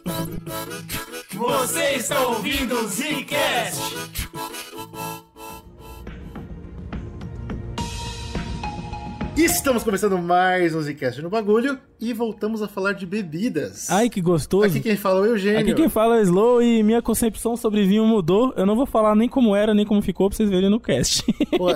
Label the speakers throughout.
Speaker 1: Você está ouvindo o Zcast.
Speaker 2: Estamos começando mais um Zcast no bagulho e voltamos a falar de bebidas.
Speaker 3: Ai, que gostoso.
Speaker 2: Aqui quem fala é o Eugênio.
Speaker 3: Aqui quem fala é o Slow e minha concepção sobre vinho mudou. Eu não vou falar nem como era, nem como ficou pra vocês verem no cast.
Speaker 2: Pô,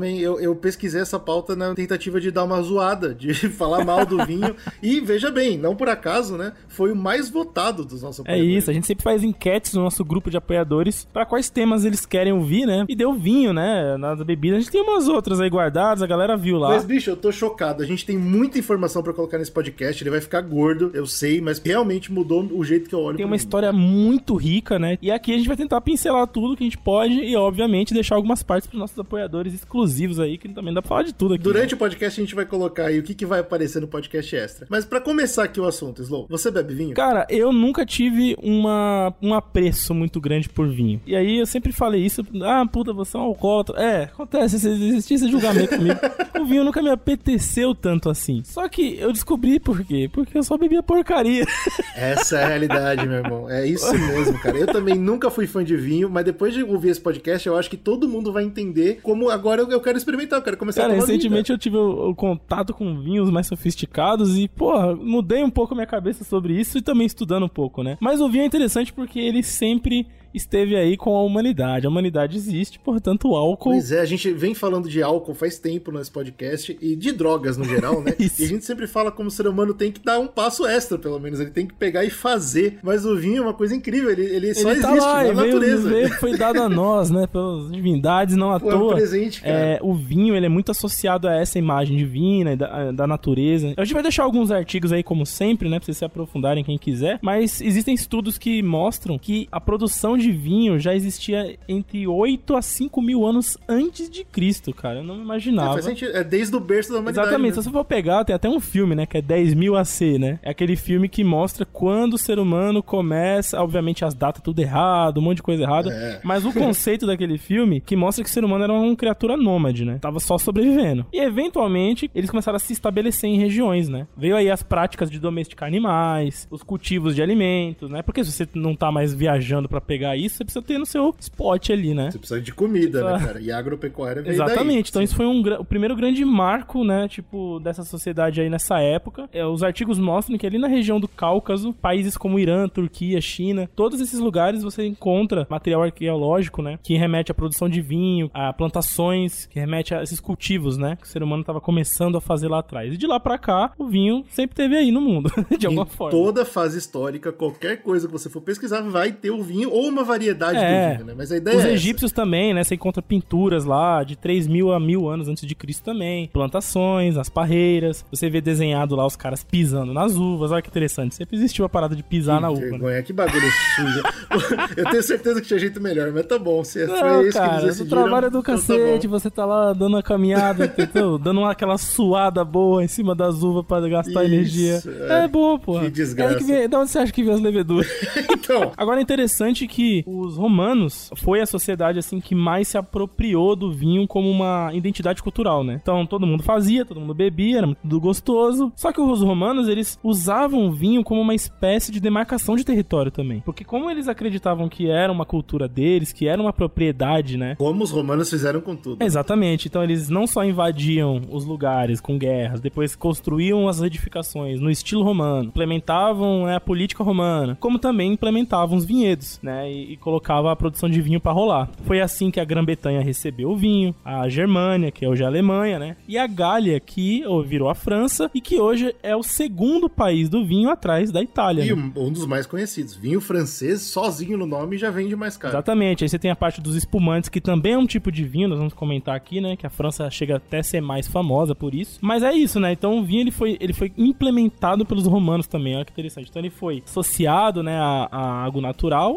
Speaker 2: eu pesquisei essa pauta na tentativa de dar uma zoada, de falar mal do vinho. E veja bem, não por acaso, né? Foi o mais votado dos nossos apoiadores.
Speaker 3: É isso, a gente sempre faz enquetes no nosso grupo de apoiadores pra quais temas eles querem ouvir, né? E deu vinho, né? Nas bebidas. A gente tem umas outras aí guardadas, a galera viu lá.
Speaker 2: Mas, bicho, eu tô chocado. A gente tem muita informação pra colocar nesse podcast. Ele vai ficar gordo, eu sei, mas realmente mudou o jeito que eu olho.
Speaker 3: Tem uma história muito rica, né? E aqui a gente vai tentar pincelar tudo que a gente pode e, obviamente, deixar algumas partes pros nossos apoiadores exclusivos aí, que também dá pra falar de tudo aqui.
Speaker 2: Durante o podcast a gente vai colocar aí o que vai aparecer no podcast extra. Mas pra começar aqui o assunto, Slow, você bebe vinho?
Speaker 3: Cara, eu nunca tive um apreço muito grande por vinho. E aí eu sempre falei isso, puta, você é um alcoólatra. Acontece, existia esse julgamento comigo. O vinho nunca me apeteceu tanto assim. Só que eu descobri por quê. Porque eu só bebia porcaria.
Speaker 2: Essa é a realidade, meu irmão. É isso mesmo, cara. Eu também nunca fui fã de vinho, mas depois de ouvir esse podcast, eu acho que todo mundo vai entender como agora eu quero experimentar, eu quero começar a tomar
Speaker 3: recentemente
Speaker 2: vinho,
Speaker 3: eu tive o contato com vinhos mais sofisticados e, porra, mudei um pouco a minha cabeça sobre isso e também estudando um pouco, né? Mas o vinho é interessante porque ele sempre esteve aí com a humanidade. A humanidade existe, portanto o álcool...
Speaker 2: Pois é, a gente vem falando de álcool faz tempo nesse podcast e de drogas no geral, né? E a gente sempre fala como o ser humano tem que dar um passo extra, pelo menos. Ele tem que pegar e fazer. Mas o vinho é uma coisa incrível, ele só existe
Speaker 3: lá,
Speaker 2: na natureza.
Speaker 3: Foi dado a nós, né? Pelas divindades, não à toa.
Speaker 2: É um presente, cara.
Speaker 3: O vinho, ele é muito associado a essa imagem divina, da natureza. A gente vai deixar alguns artigos aí, como sempre, né? Pra vocês se aprofundarem, quem quiser. Mas existem estudos que mostram que a produção de vinho já existia entre 8 a 5 mil anos antes de Cristo, cara. Eu não imaginava.
Speaker 2: Faz sentido. É desde o berço da humanidade.
Speaker 3: Exatamente.
Speaker 2: Né?
Speaker 3: Se você for pegar, tem até um filme, né? Que é 10.000 AC, né? É aquele filme que mostra quando o ser humano começa, obviamente as datas tudo errado, um monte de coisa errada. Mas o conceito daquele filme que mostra que o ser humano era uma criatura nômade, né? Tava só sobrevivendo. E eventualmente eles começaram a se estabelecer em regiões, né? Veio aí as práticas de domesticar animais, os cultivos de alimentos, né? Porque se você não tá mais viajando pra pegar isso, você precisa ter no seu spot ali, né?
Speaker 2: Você precisa de comida, né, cara? E a agropecuária veio
Speaker 3: Exatamente.
Speaker 2: daí.
Speaker 3: Então isso foi o primeiro grande marco, né? Tipo, dessa sociedade aí nessa época. Os artigos mostram que ali na região do Cáucaso, países como Irã, Turquia, China, todos esses lugares você encontra material arqueológico, né? Que remete à produção de vinho, a plantações, que remete a esses cultivos, né? Que o ser humano estava começando a fazer lá atrás. E de lá pra cá, o vinho sempre teve aí no mundo, de alguma forma.
Speaker 2: Toda fase histórica, qualquer coisa que você for pesquisar, vai ter o vinho ou uma variedade do vinho, né? Mas a ideia
Speaker 3: Os egípcios também, né? Você encontra pinturas lá de 3.000 a 1.000 anos antes de Cristo também. Plantações, as parreiras. Você vê desenhado lá os caras pisando nas uvas. Olha que interessante. Sempre existiu a parada de pisar na uva.
Speaker 2: Vergonha, né? Que bagulho sujo. Eu tenho certeza que tinha jeito melhor, mas tá bom. Se
Speaker 3: não,
Speaker 2: foi isso
Speaker 3: cara,
Speaker 2: que eles decidiram,
Speaker 3: o trabalho é do cacete.
Speaker 2: Tá
Speaker 3: você tá lá dando uma caminhada, dando aquela suada boa em cima das uvas pra gastar energia. É bom, pô.
Speaker 2: Que desgraça.
Speaker 3: De onde você acha que vem as leveduras?
Speaker 2: Então.
Speaker 3: Agora é interessante que os romanos foi a sociedade assim que mais se apropriou do vinho como uma identidade cultural, né? Então todo mundo fazia, todo mundo bebia, era muito gostoso. Só que os romanos, eles usavam o vinho como uma espécie de demarcação de território também. Porque como eles acreditavam que era uma cultura deles, que era uma propriedade, né?
Speaker 2: Como os romanos fizeram com tudo.
Speaker 3: Exatamente. Então eles não só invadiam os lugares com guerras, depois construíam as edificações no estilo romano, implementavam, né, a política romana, como também implementavam os vinhedos, né? E colocava a produção de vinho pra rolar. Foi assim que a Grã-Bretanha recebeu o vinho, a Germânia, que é hoje a Alemanha, né? E a Gália, que virou a França e que hoje é o segundo país do vinho atrás da Itália.
Speaker 2: E
Speaker 3: né?
Speaker 2: um dos mais conhecidos. Vinho francês, sozinho no nome, já vende mais caro.
Speaker 3: Exatamente. Aí você tem a parte dos espumantes, que também é um tipo de vinho, nós vamos comentar aqui, né? Que a França chega até a ser mais famosa por isso. Mas é isso, né? Então o vinho, ele foi implementado pelos romanos também, olha que interessante. Então ele foi associado, né, a algo natural, a algo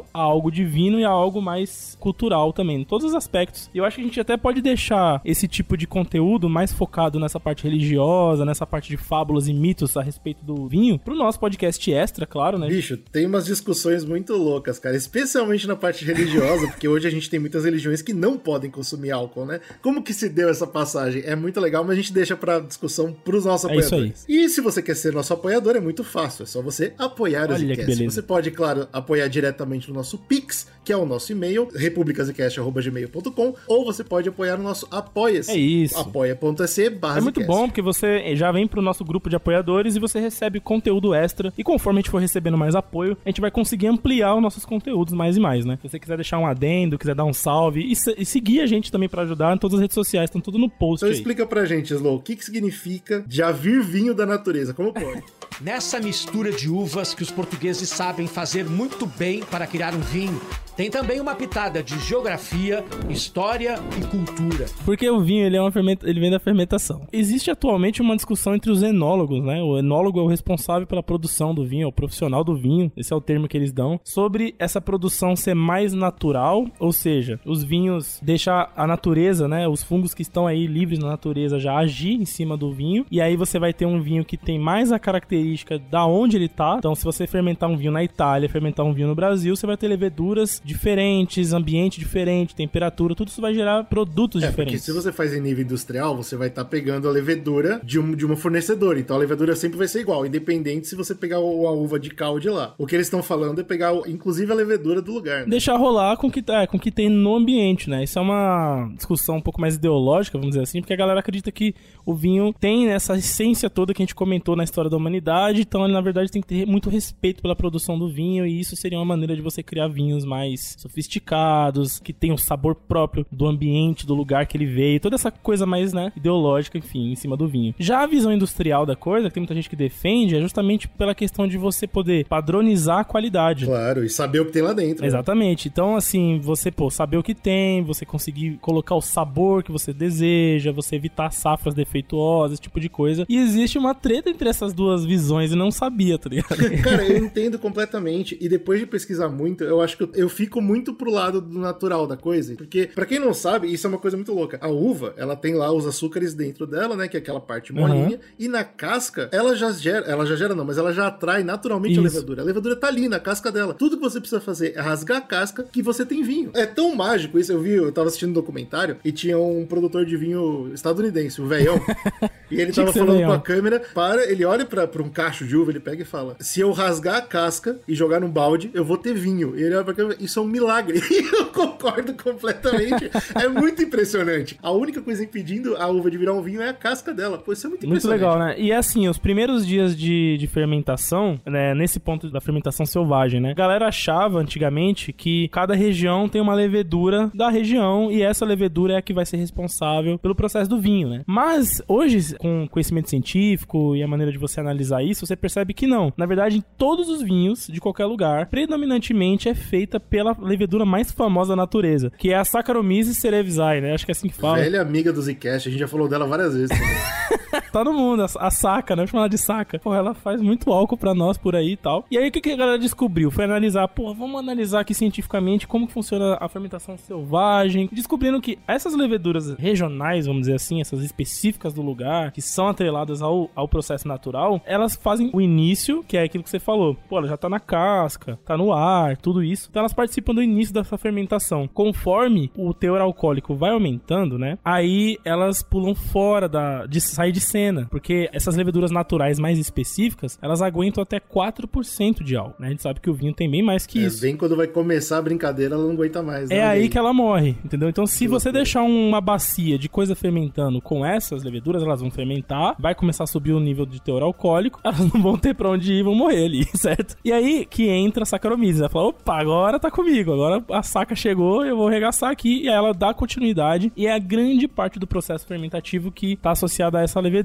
Speaker 3: algo divino e a algo mais cultural também, em todos os aspectos. E eu acho que a gente até pode deixar esse tipo de conteúdo mais focado nessa parte religiosa, nessa parte de fábulas e mitos a respeito do vinho, pro nosso podcast extra, claro, né?
Speaker 2: Bicho, tem umas discussões muito loucas, cara, especialmente na parte religiosa, porque hoje a gente tem muitas religiões que não podem consumir álcool, né? Como que se deu essa passagem? É muito legal, mas a gente deixa pra discussão pros nossos apoiadores.
Speaker 3: Isso aí.
Speaker 2: E se você quer ser nosso apoiador, é muito fácil, é só você apoiar o Zcast. Você pode, claro, apoiar diretamente no nosso Pix, que é o nosso e-mail, republicazcast@gmail.com, ou você pode apoiar no nosso Apoia-se.
Speaker 3: É isso.
Speaker 2: apoia.se/Zcast.
Speaker 3: É muito bom, porque você já vem pro nosso grupo de apoiadores e você recebe conteúdo extra, e conforme a gente for recebendo mais apoio, a gente vai conseguir ampliar os nossos conteúdos mais e mais, né? Se você quiser deixar um adendo, quiser dar um salve, e seguir a gente também pra ajudar em todas as redes sociais, estão tudo no post
Speaker 2: então
Speaker 3: aí.
Speaker 2: Explica pra gente, Slow, o que significa já vir vinho da natureza? Como pode?
Speaker 1: Nessa mistura de uvas que os portugueses sabem fazer muito bem para criar um vinho, tem também uma pitada de geografia, história e cultura.
Speaker 3: Porque o vinho, ele vem da fermentação. Existe atualmente uma discussão entre os enólogos, né? O enólogo é o responsável pela produção do vinho, é o profissional do vinho, esse é o termo que eles dão, sobre essa produção ser mais natural, ou seja, os vinhos deixar a natureza, né? Os fungos que estão aí livres na natureza já agir em cima do vinho, e aí você vai ter um vinho que tem mais a característica da onde ele tá. Então, se você fermentar um vinho na Itália, fermentar um vinho no Brasil, você vai ter leveduras diferentes, ambiente diferente, temperatura, tudo isso vai gerar produtos diferentes.
Speaker 2: Porque se você faz em nível industrial, você vai estar pegando a levedura de uma fornecedora, então a levedura sempre vai ser igual, independente se você pegar a uva de cá ou de lá. O que eles estão falando é pegar, inclusive, a levedura do lugar, né?
Speaker 3: Deixar rolar com o que tem no ambiente, né? Isso é uma discussão um pouco mais ideológica, vamos dizer assim, porque a galera acredita que o vinho tem essa essência toda que a gente comentou na história da humanidade, então ele, na verdade, tem que ter muito respeito pela produção do vinho, e isso seria uma maneira de você criar vinhos mais sofisticados, que tem um sabor próprio do ambiente, do lugar que ele veio, toda essa coisa mais, né, ideológica, enfim, em cima do vinho. Já a visão industrial da coisa, que tem muita gente que defende, é justamente pela questão de você poder padronizar a qualidade.
Speaker 2: Claro, e saber o que tem lá dentro.
Speaker 3: Exatamente. Né? Então, assim, você, saber o que tem, você conseguir colocar o sabor que você deseja, você evitar safras defeituosas, esse tipo de coisa. E existe uma treta entre essas duas visões e não sabia, tá ligado?
Speaker 2: Cara, eu entendo completamente, e depois de pesquisar muito, eu acho que eu fico muito pro lado do natural da coisa, porque, pra quem não sabe, isso é uma coisa muito louca. A uva, ela tem lá os açúcares dentro dela, né, que é aquela parte molinha, e na casca, ela já gera não, mas ela já atrai naturalmente a levedura. A levedura tá ali na casca dela. Tudo que você precisa fazer é rasgar a casca que você tem vinho. É tão mágico isso, eu tava assistindo um documentário e tinha um produtor de vinho estadunidense, o velhão, e ele tava falando com a câmera, ele olha pra um cacho de uva, ele pega e fala, se eu rasgar a casca e jogar num balde, eu vou ter vinho. E ele olha pra câmera, isso é um milagre. E eu concordo completamente. É muito impressionante. A única coisa impedindo a uva de virar um vinho é a casca dela. Pô, isso é muito impressionante.
Speaker 3: Muito legal, né? E assim, os primeiros dias de fermentação, né, nesse ponto da fermentação selvagem, né, a galera achava antigamente que cada região tem uma levedura da região e essa levedura é a que vai ser responsável pelo processo do vinho, né? Mas hoje, com conhecimento científico e a maneira de você analisar isso, você percebe que não. Na verdade, em todos os vinhos de qualquer lugar, predominantemente é feita pela levedura mais famosa da natureza, que é a Saccharomyces cerevisiae, né? Acho que é assim que fala.
Speaker 2: Velha amiga do Zcast, a gente já falou dela várias vezes também.
Speaker 3: Tá no mundo, a Saca, né? Vou chamar ela de Saca. Pô, ela faz muito álcool pra nós por aí e tal. E aí, o que a galera descobriu? Foi analisar, vamos analisar aqui cientificamente como que funciona a fermentação selvagem. Descobrindo que essas leveduras regionais, vamos dizer assim, essas específicas do lugar, que são atreladas ao processo natural, elas fazem o início, que é aquilo que você falou. Pô, ela já tá na casca, tá no ar, tudo isso. Então elas participam do início dessa fermentação. Conforme o teor alcoólico vai aumentando, né? Aí elas pulam fora de sair de cena, porque essas leveduras naturais mais específicas, elas aguentam até 4% de álcool, né? A gente sabe que o vinho tem bem mais que isso.
Speaker 2: Bem quando vai começar a brincadeira, ela não aguenta mais.
Speaker 3: É aí que ela morre, entendeu? Então, se você deixar uma bacia de coisa fermentando com essas leveduras, elas vão fermentar, vai começar a subir o nível de teor alcoólico, elas não vão ter pra onde ir, vão morrer ali, certo? E aí que entra a Saccharomyces, ela fala, opa, agora tá comigo, agora a saca chegou, eu vou arregaçar aqui, e aí ela dá continuidade, e é a grande parte do processo fermentativo que tá associada a essa levedura.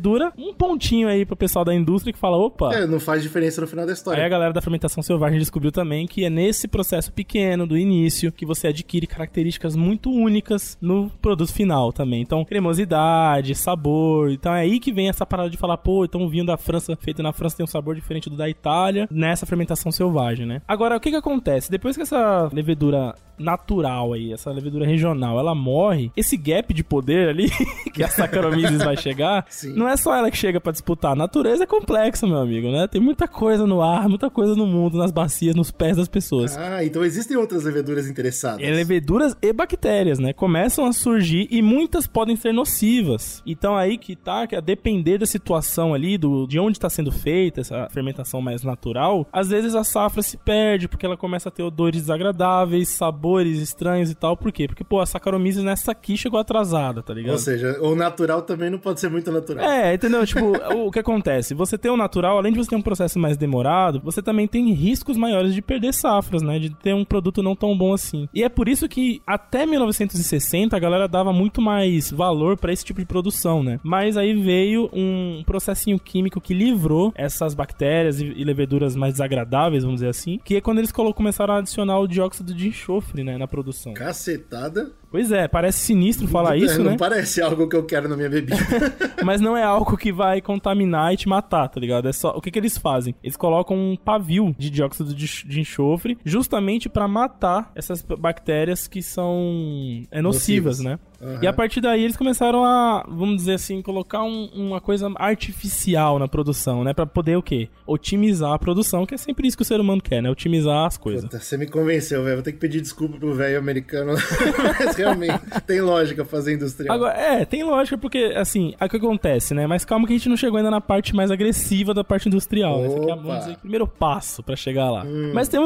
Speaker 3: levedura, um pontinho aí pro pessoal da indústria que fala, opa...
Speaker 2: não faz diferença no final da história.
Speaker 3: Aí a galera da fermentação selvagem descobriu também que é nesse processo pequeno, do início, que você adquire características muito únicas no produto final também. Então, cremosidade, sabor. Então é aí que vem essa parada de falar, pô, então o vinho da França, feito na França, tem um sabor diferente do da Itália, nessa fermentação selvagem, né? Agora, o que acontece? Depois que essa levedura natural aí, essa levedura regional, ela morre, esse gap de poder ali, que a Saccharomyces vai chegar, sim, não é só ela que chega pra disputar. A natureza é complexa, meu amigo, né? Tem muita coisa no ar, muita coisa no mundo, nas bacias, nos pés das pessoas.
Speaker 2: Ah, então existem outras leveduras interessadas.
Speaker 3: Leveduras e bactérias, né? Começam a surgir e muitas podem ser nocivas. Então aí que tá, que a depender da situação ali, de onde está sendo feita essa fermentação mais natural, às vezes a safra se perde, porque ela começa a ter odores desagradáveis, sabores estranhos e tal. Por quê? Porque, pô, a Saccharomyces nessa aqui chegou atrasada, tá ligado?
Speaker 2: Ou seja, o natural também não pode ser muito natural.
Speaker 3: Entendeu? Tipo, o que acontece? Você ter o natural, além de você ter um processo mais demorado, você também tem riscos maiores de perder safras, né? De ter um produto não tão bom assim. E é por isso que até 1960 a galera dava muito mais valor pra esse tipo de produção, né? Mas aí veio um processinho químico que livrou essas bactérias e leveduras mais desagradáveis, vamos dizer assim, que é quando eles começaram a adicionar o dióxido de enxofre, né, na produção.
Speaker 2: Cacetada.
Speaker 3: Pois é, parece sinistro falar isso, né?
Speaker 2: Não parece algo que eu quero na minha bebida.
Speaker 3: Mas não é algo que vai contaminar e te matar, tá ligado? É só... O que eles fazem? Eles colocam um pavio de dióxido de enxofre justamente pra matar essas bactérias que são nocivas, né? Uhum. E a partir daí eles começaram a, vamos dizer assim, colocar uma coisa artificial na produção, né? Pra poder o quê? Otimizar a produção, que é sempre isso que o ser humano quer, né? Otimizar as coisas.
Speaker 2: Puta, você me convenceu, velho. Vou ter que pedir desculpa pro velho americano. Mas realmente, tem lógica fazer industrial.
Speaker 3: Agora, tem lógica porque, assim, é o que acontece, né? Mas calma que a gente não chegou ainda na parte mais agressiva da parte industrial, né? Esse aqui é, vamos dizer, o primeiro passo pra chegar lá. Mas tem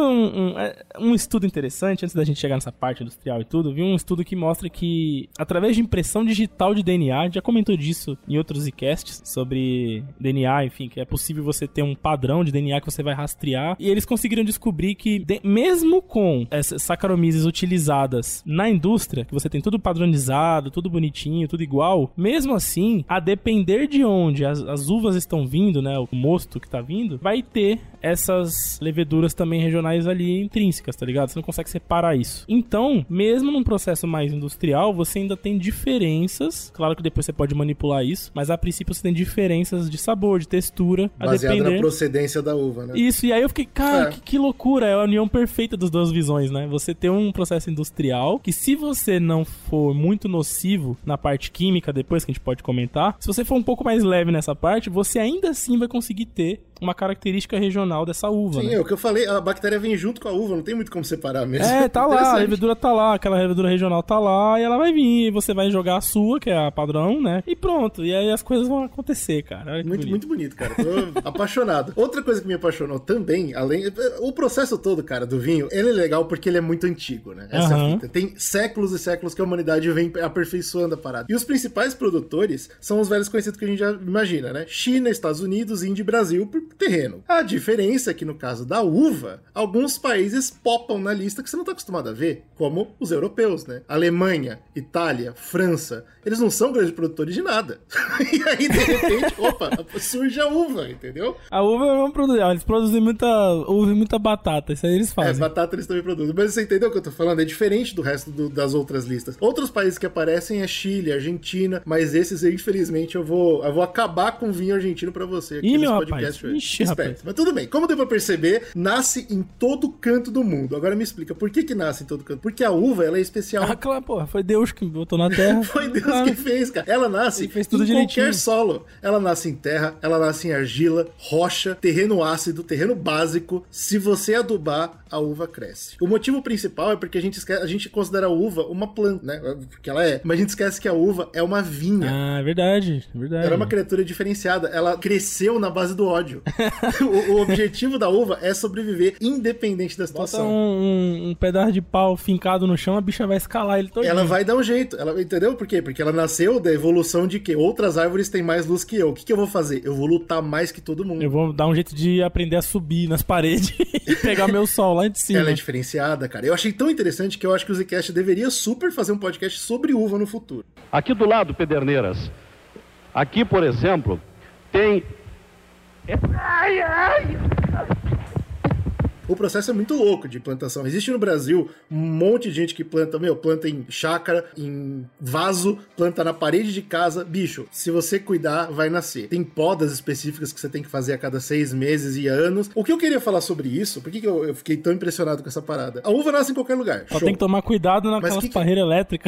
Speaker 3: um estudo interessante, antes da gente chegar nessa parte industrial e tudo, vi um estudo que mostra que através de impressão digital de DNA, a gente já comentou disso em outros icasts sobre DNA, enfim, que é possível você ter um padrão de DNA que você vai rastrear, e eles conseguiram descobrir que mesmo com essas Saccharomyces utilizadas na indústria, que você tem tudo padronizado, tudo bonitinho, tudo igual, mesmo assim, a depender de onde as uvas estão vindo, né, o mosto que tá vindo, vai ter essas leveduras também regionais ali intrínsecas, tá ligado? Você não consegue separar isso. Então, mesmo num processo mais industrial, você ainda tem diferenças, claro que depois você pode manipular isso, mas a princípio você tem diferenças de sabor, de textura,
Speaker 2: baseado
Speaker 3: a depender...
Speaker 2: na procedência da uva, né?
Speaker 3: Isso, e aí eu fiquei, cara, que loucura, é a união perfeita das duas visões, né? Você tem um processo industrial que, se você não for muito nocivo na parte química, depois que a gente pode comentar, se você for um pouco mais leve nessa parte, você ainda assim vai conseguir ter uma característica regional dessa uva.
Speaker 2: Sim,
Speaker 3: né?
Speaker 2: É o que eu falei, a bactéria vem junto com a uva, não tem muito como separar mesmo.
Speaker 3: Tá lá, a levedura tá lá, aquela levedura regional tá lá, e ela vai vir, e você vai jogar a sua, que é a padrão, né? E pronto, e aí as coisas vão acontecer, cara.
Speaker 2: Muito bonito, cara. Tô apaixonado. Outra coisa que me apaixonou também, além... O processo todo, cara, do vinho, ele é legal porque ele é muito antigo, né? Essa é a fita. Tem séculos e séculos que a humanidade vem aperfeiçoando a parada. E os principais produtores são os velhos conhecidos que a gente já imagina, né? China, Estados Unidos, Índia e Brasil por terreno. A diferença é que no caso da uva, alguns países popam na lista que você não tá acostumado a ver, como os europeus, né? Alemanha, Itália, França, eles não são grandes produtores de nada. E aí, de repente, surge a uva, entendeu?
Speaker 3: A uva é um produto, eles produzem muita uva e muita batata, isso aí eles fazem.
Speaker 2: Batata eles também produzem. Mas você entendeu o que eu tô falando? É diferente do resto das outras listas. Outros países que aparecem é Chile, Argentina, mas esses, infelizmente, eu vou acabar com o vinho argentino pra você aqui nesse podcast hoje.
Speaker 3: Ixi, rapaz.
Speaker 2: Mas tudo bem, como deu pra perceber, nasce em todo canto do mundo. Agora me explica, por que nasce em todo canto? Porque a uva, ela é especial.
Speaker 3: Ah, claro, porra, foi Deus que botou na terra.
Speaker 2: Foi Deus que fez, cara. Ela nasce
Speaker 3: fez tudo
Speaker 2: em
Speaker 3: direitinho.
Speaker 2: Qualquer solo. Ela nasce em terra, ela nasce em argila, rocha, terreno ácido, terreno básico. Se você adubar, a uva cresce. O motivo principal é porque a gente considera a uva uma planta, né? Porque ela é. Mas a gente esquece que a uva é uma vinha.
Speaker 3: Ah, verdade.
Speaker 2: Ela é uma criatura diferenciada. Ela cresceu na base do ódio. O objetivo da uva é sobreviver independente da situação.
Speaker 3: Bota um pedaço de pau fincado no chão, a bicha vai escalar ele todo.
Speaker 2: Ela vai dar um jeito. Entendeu por quê? Porque ela nasceu da evolução de que outras árvores têm mais luz que eu. O que eu vou fazer? Eu vou lutar mais que todo mundo.
Speaker 3: Eu vou dar um jeito de aprender a subir nas paredes e pegar meu sol lá de cima.
Speaker 2: Ela é diferenciada, cara. Eu achei tão interessante que eu acho que o Zcast deveria super fazer um podcast sobre uva no futuro.
Speaker 4: Aqui do lado, Pederneiras, Aqui, por exemplo, tem...
Speaker 2: O processo é muito louco de plantação. Existe no Brasil um monte de gente que planta, planta em chácara, em vaso, planta na parede de casa. Bicho, se você cuidar, vai nascer. Tem podas específicas que você tem que fazer a cada 6 meses e anos. O que eu queria falar sobre isso, por que eu fiquei tão impressionado com essa parada? A uva nasce em qualquer lugar.
Speaker 3: Só tem que tomar cuidado naquelas parreiras elétricas.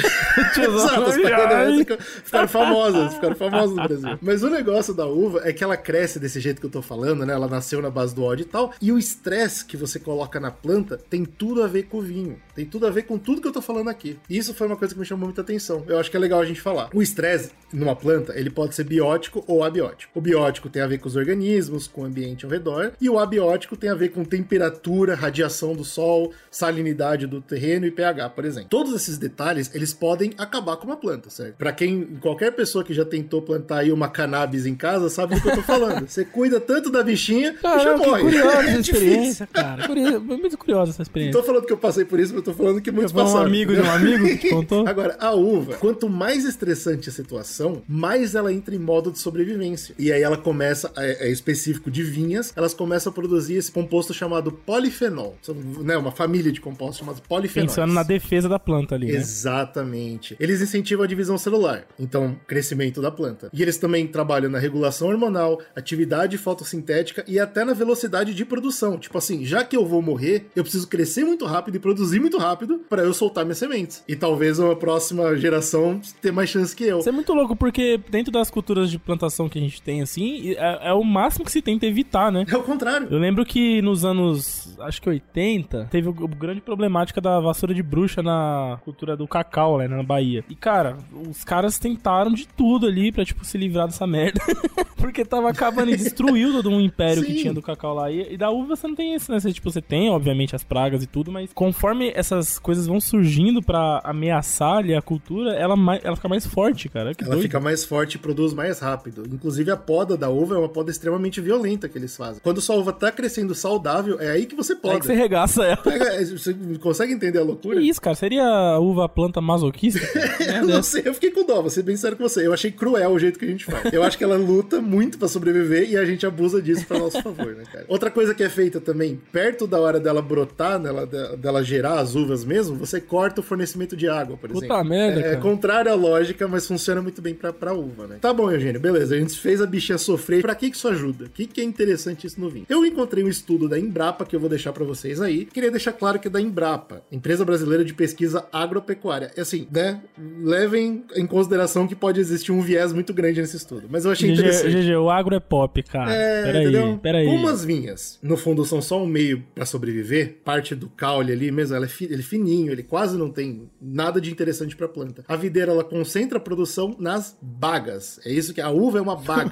Speaker 2: Exato, as parreiras elétricas ficaram famosas no Brasil. Mas o negócio da uva é que ela cresce desse jeito que eu tô falando, né? Ela nasceu na base do ódio e tal. E o estresse que você coloca na planta tem tudo a ver com o vinho. Tem tudo a ver com tudo que eu tô falando aqui. E isso foi uma coisa que me chamou muita atenção. Eu acho que é legal a gente falar. O estresse numa planta, ele pode ser biótico ou abiótico. O biótico tem a ver com os organismos, com o ambiente ao redor. E o abiótico tem a ver com temperatura, radiação do sol, salinidade do terreno e pH, por exemplo. Todos esses detalhes, eles podem acabar com uma planta, certo? Pra qualquer pessoa que já tentou plantar aí uma cannabis em casa, sabe do que eu tô falando. Você cuida tanto da bichinha e já morre.
Speaker 3: Curiosa essa experiência, cara. Muito curiosa essa experiência.
Speaker 2: Não tô falando que eu passei por isso, mas eu tô falando que muitos passaram.
Speaker 3: Um amigo de um amigo que te contou?
Speaker 2: Agora, a uva, quanto mais estressante a situação, mais ela entra em modo de sobrevivência. E aí ela começa, é específico de vinhas, elas começam a produzir esse composto chamado polifenol. Né, uma família de compostos chamados polifenóis.
Speaker 3: Pensando na defesa da planta ali, né?
Speaker 2: Exatamente. Eles incentivam a divisão celular, então, crescimento da planta. E eles também trabalham na regulação hormonal, atividade fotossintética e até na velocidade de produção. Tipo assim, já que eu vou morrer, eu preciso crescer muito rápido e produzir muito rápido para eu soltar minhas sementes. E talvez uma próxima geração ter mais chance que eu.
Speaker 3: Isso é muito louco, porque dentro das culturas de plantação que a gente tem, assim, é o máximo que se tenta evitar, né?
Speaker 2: É o contrário.
Speaker 3: Eu lembro que nos anos, acho que 80, teve a grande problemática da vassoura de bruxa na cultura do cacau, né, na Bahia. E, cara, os caras tentaram de tudo ali pra, tipo, se livrar dessa merda. Porque tava acabando e destruiu todo um império que tinha do cacau lá. E da uva você não tem isso, né? Você tem, obviamente, as pragas e tudo, mas conforme essas coisas vão surgindo pra ameaçar ali a cultura, ela fica mais forte, cara.
Speaker 2: Ela fica mais forte e produz mais rápido. Inclusive, a poda da uva é uma poda extremamente violenta que eles fazem. Quando sua uva tá crescendo saudável, é aí que você poda.
Speaker 3: É que você regaça ela.
Speaker 2: Você consegue entender a loucura?
Speaker 3: Que isso, cara? Seria a uva planta masoquista?
Speaker 2: Eu não sei, eu fiquei com dó, vou ser bem sério com você. Eu achei cruel o jeito que a gente faz. Eu acho que ela luta muito pra sobreviver e a gente abusa disso pra nosso favor, né, cara? Outra coisa que é feita também, perto da hora dela brotar, dela gerar as uvas mesmo, você corta o fornecimento de água, por exemplo.
Speaker 3: Puta merda, cara.
Speaker 2: É contrário à lógica, mas funciona muito bem pra uva, né? Tá bom, Eugênio, beleza. A gente fez a bichinha sofrer. Pra que isso ajuda? O que é interessante isso no vinho? Eu encontrei um estudo da Embrapa, que eu vou deixar pra vocês aí. Queria deixar claro que é da Embrapa, Empresa Brasileira de Pesquisa Agropecuária. É assim, né? Levem em consideração que pode existir um viés muito grande nesse estudo. Mas eu achei interessante.
Speaker 3: GG, o agro é pop, cara. Peraí.
Speaker 2: Como as vinhas, no fundo, são só um meio pra sobreviver, parte do caule ali mesmo, ele é fininho, ele quase não tem nada de interessante pra planta. A videira, ela concentra a produção nas bagas. É isso que a uva é uma baga.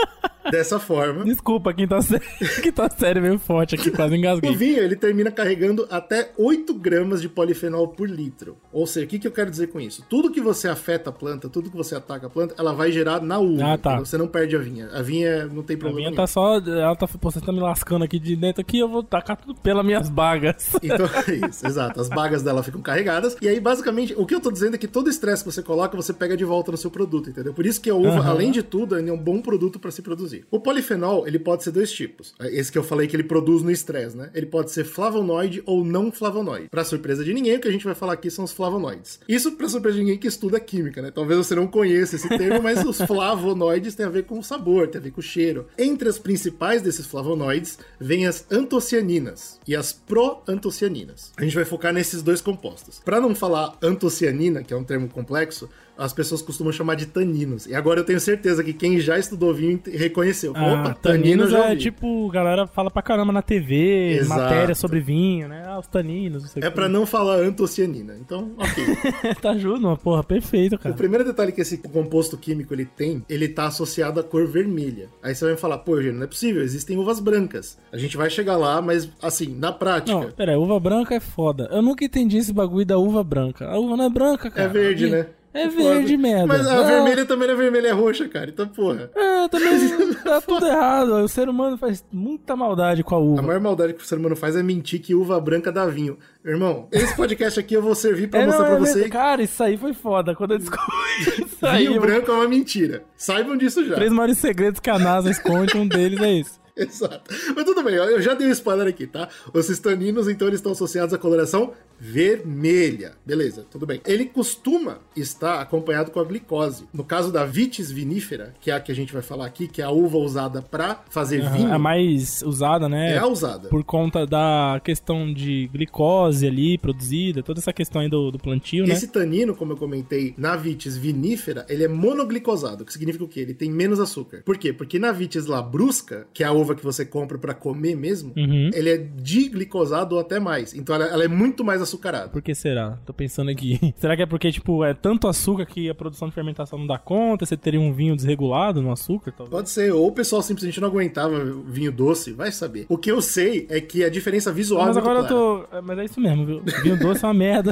Speaker 2: Dessa forma.
Speaker 3: Desculpa, quinta série meio forte aqui, quase engasguei.
Speaker 2: O vinho, ele termina carregando até 8 gramas de polifenol por litro. Ou seja, o que eu quero dizer com isso? Tudo que você afeta a planta, tudo que você ataca a planta, ela vai gerar na uva.
Speaker 3: Ah, tá.
Speaker 2: Você não perde a vinha. A vinha não tem problema.
Speaker 3: A vinha tá só... você tá me lascando aqui de dentro aqui, eu vou tacar tudo pelas minhas bagas.
Speaker 2: Então, é isso, exato. As bagas dela ficam carregadas. E aí, basicamente, o que eu tô dizendo é que todo estresse que você coloca, você pega de volta no seu produto, entendeu? Por isso que a uva, além de tudo, é um bom produto pra se produzir. O polifenol, ele pode ser 2 tipos. Esse que eu falei que ele produz no estresse, né? Ele pode ser flavonoide ou não flavonoide. Pra surpresa de ninguém, o que a gente vai falar aqui são os flavonoides. Isso pra surpresa de ninguém que estuda química, né? Talvez você não conheça esse termo, mas os flavonoides têm a ver com o sabor, tem a ver com o cheiro. Entre as principais desses flavonoides, vem as antocianinas e as proantocianinas. A gente vai focar nesses 2 compostos. Pra não falar antocianina, que é um termo complexo, as pessoas costumam chamar de taninos. E agora eu tenho certeza que quem já estudou vinho reconheceu. Opa,
Speaker 3: taninos é tipo, galera fala pra caramba na TV, exato, matéria sobre vinho, né? Os taninos, não sei o que.
Speaker 2: Pra não falar antocianina. Então, ok.
Speaker 3: Tá junto, porra, perfeito, cara.
Speaker 2: O primeiro detalhe que esse composto químico ele tá associado à cor vermelha. Aí você vai falar, pô, Eugênio, não é possível, existem uvas brancas. A gente vai chegar lá, mas assim, na prática...
Speaker 3: Não, pera aí, uva branca é foda. Eu nunca entendi esse bagulho da uva branca. A uva não é branca, cara.
Speaker 2: É verde, né?
Speaker 3: É verde, merda.
Speaker 2: Mas a vermelha também não é vermelha, é roxa, cara. Então, porra.
Speaker 3: Também tá tudo errado. O ser humano faz muita maldade com a uva.
Speaker 2: A maior maldade que o ser humano faz é mentir que uva branca dá vinho. Irmão, esse podcast aqui eu vou servir pra mostrar pra você.
Speaker 3: Cara, isso aí foi foda. Quando eu descobri isso aí.
Speaker 2: Vinho branco é uma mentira. Saibam disso já.
Speaker 3: 3 maiores segredos que a NASA esconde, um deles é esse.
Speaker 2: Exato. Mas tudo bem, eu já dei um spoiler aqui, tá? Os taninos, então, eles estão associados à coloração vermelha. Beleza, tudo bem. Ele costuma estar acompanhado com a glicose. No caso da vitis vinífera, que é a que a gente vai falar aqui, que é a uva usada pra fazer vinho.
Speaker 3: A mais usada, né?
Speaker 2: É a usada.
Speaker 3: Por conta da questão de glicose ali, produzida, toda essa questão aí do plantio, né?
Speaker 2: Esse tanino, como eu comentei, na vitis vinífera, ele é monoglicosado, que significa o quê? Ele tem menos açúcar. Por quê? Porque na vitis labrusca, que é a uva que você compra pra comer mesmo, ele é diglicosado ou até mais. Então ela é muito mais açucarada.
Speaker 3: Por que será? Tô pensando aqui. Será que é porque, tipo, é tanto açúcar que a produção de fermentação não dá conta? Você teria um vinho desregulado no açúcar, talvez?
Speaker 2: Pode ser. Ou o pessoal simplesmente não aguentava vinho doce, vai saber. O que eu sei é que a diferença visual
Speaker 3: mas
Speaker 2: é muito
Speaker 3: agora
Speaker 2: clara.
Speaker 3: eu tô... Mas é isso mesmo, viu? Vinho doce é uma merda.